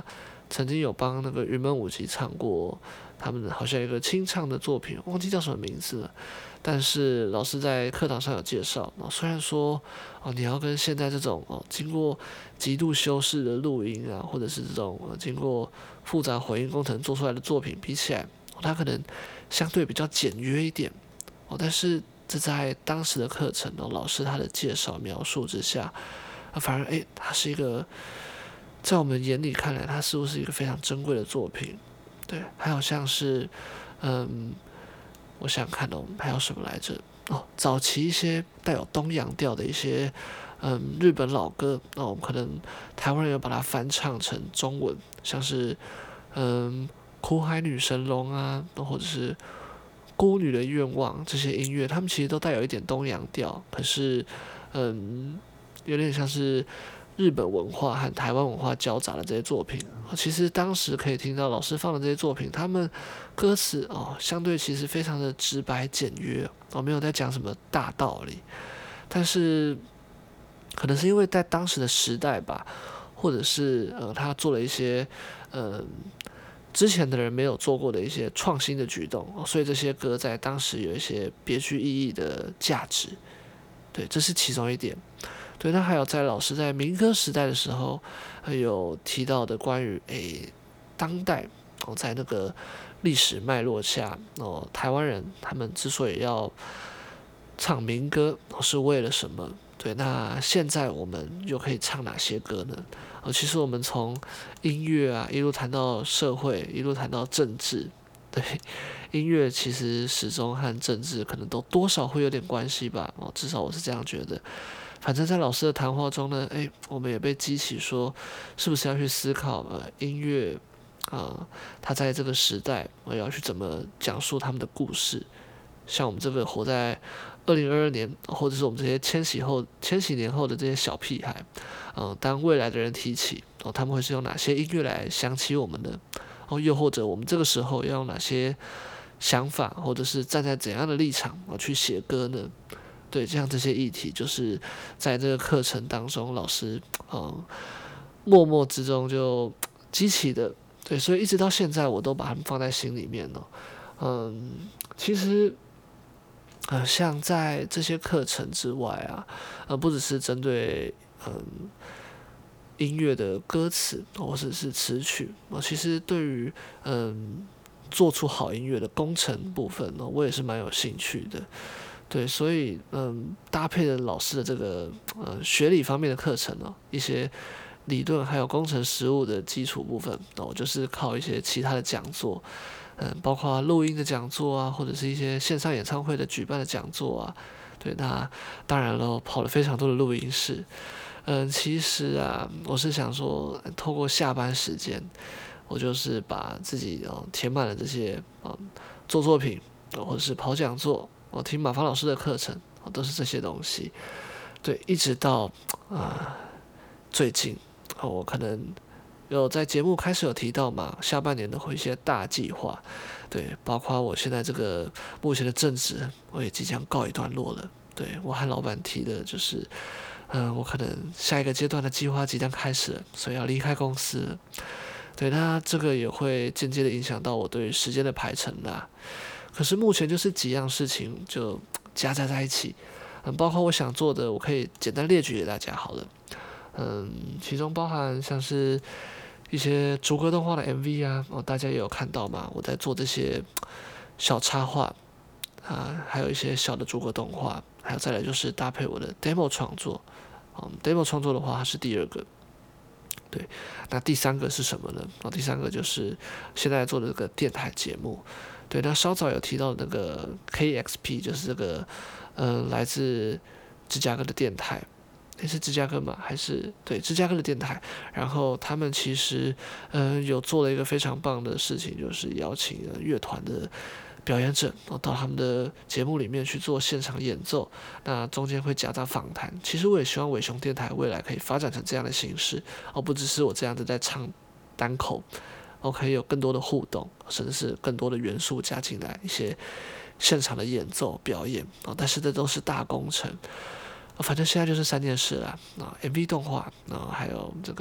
曾经有帮那个云门舞集唱过他们好像有一个清唱的作品，忘记叫什么名字了。但是老师在课堂上有介绍，哦、虽然说哦你要跟现在这种哦经过极度修饰的录音啊，或者是这种、呃、经过复杂混音工程做出来的作品比起来，哦、它可能相对比较简约一点哦，但是这在当时的课程哦，老师他的介绍描述之下，啊、反而诶，它是一个在我们眼里看来，它似乎是一个非常珍贵的作品。对，还有像是嗯。我想想看哦，还有什么来着？哦，早期一些带有东洋调的一些嗯日本老歌，那、哦、我们可能台湾人有把它翻唱成中文，像是嗯苦海女神龙啊，或者是孤女的愿望这些音乐，他们其实都带有一点东洋调，可是嗯有点像是日本文化和台湾文化交杂的这些作品，其实当时可以听到老师放的这些作品，他们歌词哦，相对其实非常的直白简约，哦，没有在讲什么大道理，但是可能是因为在当时的时代吧，或者是呃他做了一些呃之前的人没有做过的一些创新的举动，哦，所以这些歌在当时有一些别具意义的价值，对，这是其中一点。对，那还有在老师在民歌时代的时候，呃、有提到的关于诶当代哦，在那个历史脉络下哦，台湾人他们之所以要唱民歌，哦，是为了什么？对，那现在我们又可以唱哪些歌呢？哦，其实我们从音乐啊一路谈到社会，一路谈到政治，对，音乐其实始终和政治可能都多少会有点关系吧。哦，至少我是这样觉得。反正在老师的谈话中呢，诶，我们也被激起说，是不是要去思考呃音乐啊、呃，它在这个时代，我要去怎么讲述他们的故事。像我们这个活在二零二二年，或者是我们这些千禧后、千禧年后的这些小屁孩，嗯、呃，当未来的人提起，哦，他们会是用哪些音乐来想起我们的？哦，又或者我们这个时候要用哪些想法，或者是站在怎样的立场哦去写歌呢？对，这样这些议题就是在这个课程当中，老师嗯默默之中就激起的。对，所以一直到现在，我都把他们放在心里面了。嗯，其实呃，像在这些课程之外啊，呃，不只是针对嗯音乐的歌词或者是词曲，呃，其实对于嗯做出好音乐的工程部分呢，我也是蛮有兴趣的。对，所以嗯，搭配的老师的这个呃学理方面的课程哦，一些理论还有工程实务的基础部分哦，就是靠一些其他的讲座，嗯，包括录音的讲座啊，或者是一些线上演唱会的举办的讲座啊。对，那当然了，跑了非常多的录音室。嗯，其实啊，我是想说，透过下班时间，我就是把自己哦填满了这些嗯做作品，或者是跑讲座。我听马芳老师的课程，都是这些东西。对，一直到啊、呃、最近，我可能有在节目开始有提到嘛，下半年的会一些大计划，对，包括我现在这个目前的正职，我也即将告一段落了。对，我和老板提的就是，嗯、呃，我可能下一个阶段的计划即将开始了，所以要离开公司了。对，那这个也会间接的影响到我对时间的排程啦。可是目前就是几样事情就夹杂在一起，嗯，包括我想做的，我可以简单列举给大家好了，嗯，其中包含像是一些逐格动画的 M V 啊，哦，大家也有看到嘛，我在做这些小插画啊，还有一些小的逐格动画，还有再来就是搭配我的 demo 创作，嗯 ，demo 创作的话，它是第二个。对，那第三个是什么呢？哦，第三个就是现在做的这个电台节目。对，那稍早有提到的那个 K X P， 就是这个，嗯、呃，来自芝加哥的电台，诶是芝加哥吗？还是对芝加哥的电台？然后他们其实，嗯、呃，有做了一个非常棒的事情，就是邀请了乐团的表演者到他们的节目里面去做现场演奏，那中间会夹杂访谈。其实我也希望伟雄电台未来可以发展成这样的形式，而不只是我这样子在唱单口。我可以有更多的互动，甚至是更多的元素加进来，一些现场的演奏表演啊，但是这都是大工程。反正现在就是三件事啦，啊 ，M V 动画，然后还有这个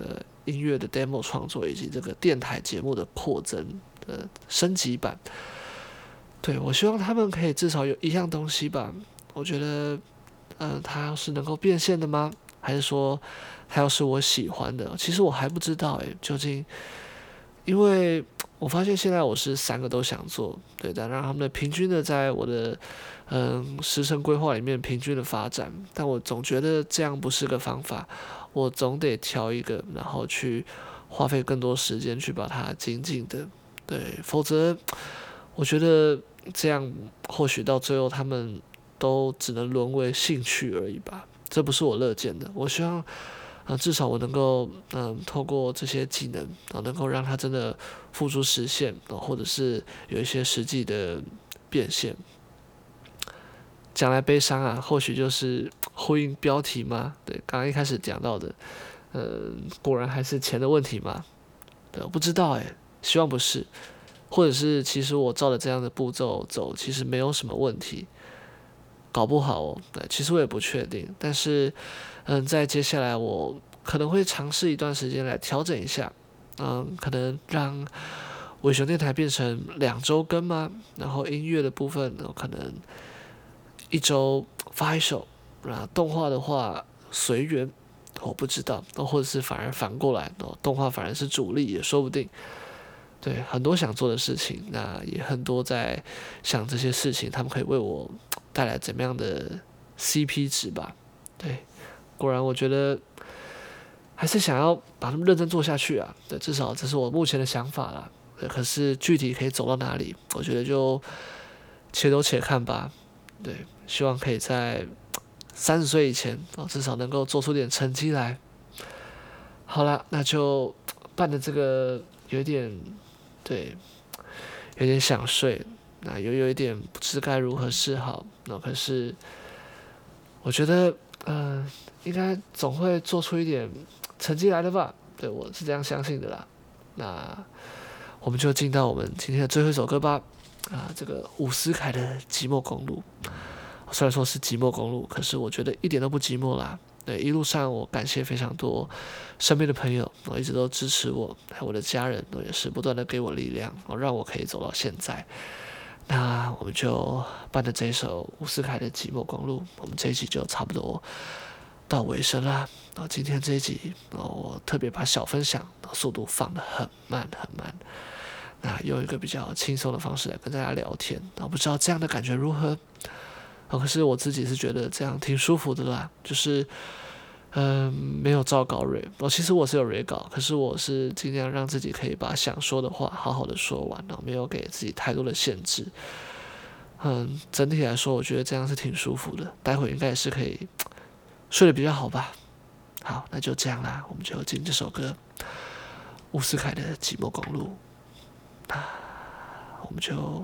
音乐的 demo 创作以及这个电台节目的扩增的升级版。对，我希望他们可以至少有一样东西吧。我觉得，呃，它是能够变现的吗？还是说它要是我喜欢的？其实我还不知道诶，究竟，因为我发现现在我是三个都想做，对的，让他们的平均的在我的嗯时程规划里面平均的发展，但我总觉得这样不是个方法，我总得挑一个，然后去花费更多时间去把它精进的，对，否则我觉得这样或许到最后他们都只能沦为兴趣而已吧，这不是我乐见的。我希望，呃，至少我能够，嗯、呃，透过这些技能，啊，能够让它真的付诸实现，啊，或者是有一些实际的变现。讲来悲伤啊，或许就是呼应标题嘛，对，刚刚一开始讲到的，呃，果然还是钱的问题嘛，对，我不知道诶，希望不是，或者是其实我照着这样的步骤走，其实没有什么问题。搞不好哦，对，其实我也不确定，但是，嗯，在接下来我可能会尝试一段时间来调整一下，嗯，可能让伪熊电台变成两周更吗？然后音乐的部分呢，可能一周发一首，啊，动画的话随缘，我不知道，或者是反而反过来，动画反而是主力也说不定。对，很多想做的事情，那也很多在想这些事情，他们可以为我带来怎么样的 C P 值吧？对，果然我觉得还是想要把他们认真做下去啊。对，至少这是我目前的想法啦。对，可是具体可以走到哪里，我觉得就且走且看吧。对，希望可以在三十岁以前哦，至少能够做出点成绩来。好啦，那就办的这个有点。对，有点想睡，那又有一点不知该如何是好。那可是，我觉得，嗯、呃，应该总会做出一点成绩来的吧？对，我是这样相信的啦。那我们就进到我们今天的最后一首歌吧。啊，这个伍思凯的《寂寞公路》，虽然说是寂寞公路，可是我觉得一点都不寂寞啦。对，一路上我感谢非常多身边的朋友，我一直都支持我，还有我的家人，都也是不断的给我力量，让我可以走到现在。那我们就伴着这一首伍思凯的《寂寞公路》，我们这一集就差不多到尾声啦。然后今天这一集，我特别把小分享速度放得很慢很慢，那用一个比较轻松的方式来跟大家聊天。我不知道这样的感觉如何？可是我自己是觉得这样挺舒服的啦，就是，嗯、呃，没有照稿蕊。我其实我是有蕊稿，可是我是尽量让自己可以把想说的话好好的说完，然后没有给自己太多的限制。嗯，整体来说，我觉得这样是挺舒服的。待会应该也是可以睡得比较好吧。好，那就这样啦，我们就进这首歌，伍思凯的《寂寞公路》。那我们就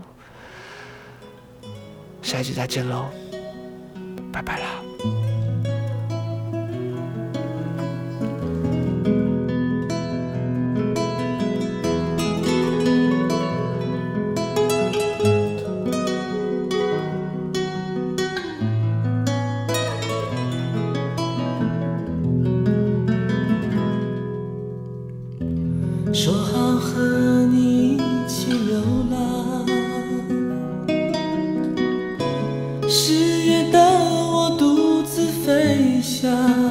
下一集再见喽，拜拜啦。 说好和你一起流浪，十月的我独自飞翔，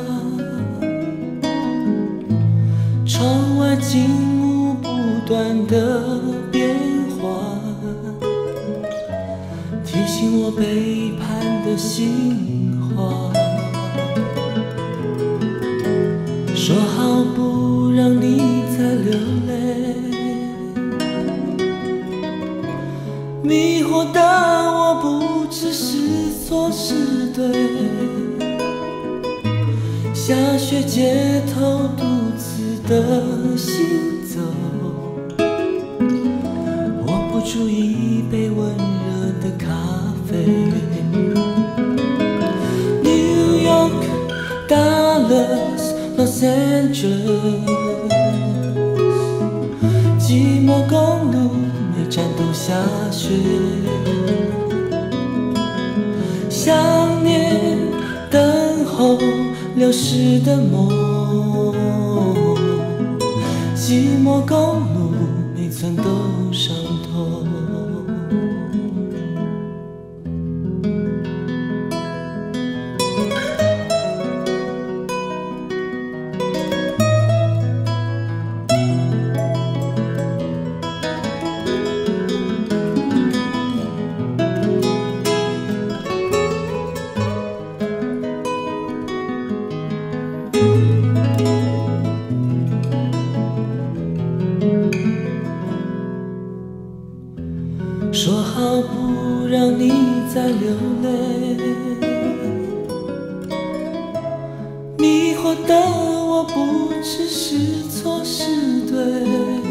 窗外景物不断的变化，提醒我背叛的心慌。说好不让你再流泪，迷惑的我不知是错是对，下雪街头独自的行走，握不住一杯温热的咖啡。New York, Dallas, Los Angeles， 寂寞公路每站都下雪，想念等候流逝的梦。 寂寞公路每寸都伤痛。说好不让你再流泪，迷惑的我不知是错是对，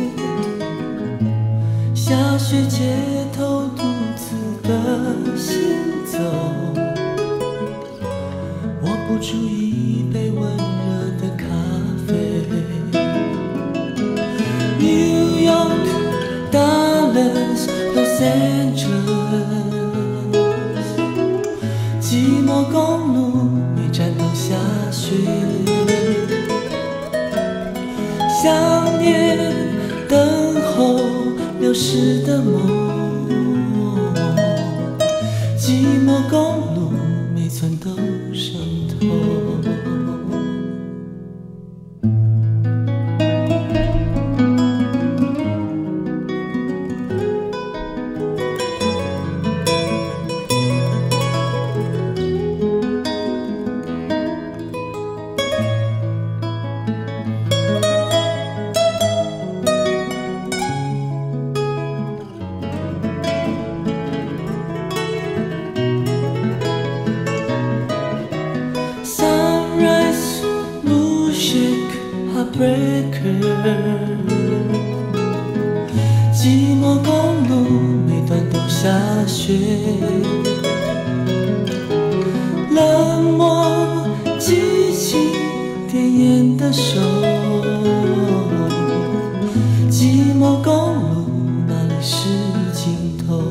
下雪街头独自的行走，我不注意一杯温热的咖啡。New York, Dallas, Los Angeles， 寂寞公路每站都下雪，想念等候流逝的梦，寂寞公路每寸都伤痛。Sunrise, Bushwick, Heartbreaker， 寂寞公路每段都下雪，冷漠激情点烟的手，寂寞公路哪里是尽头？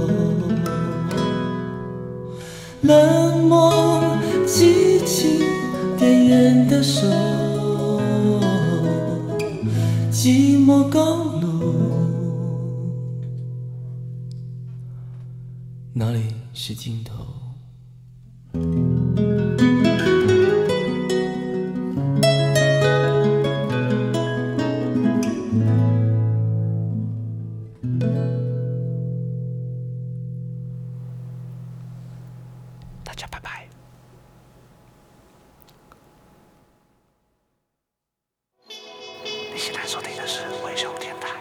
冷漠激情点烟的手，寂寞公路哪里是尽头？ 大家拜拜。你现在收听的是微笑电台。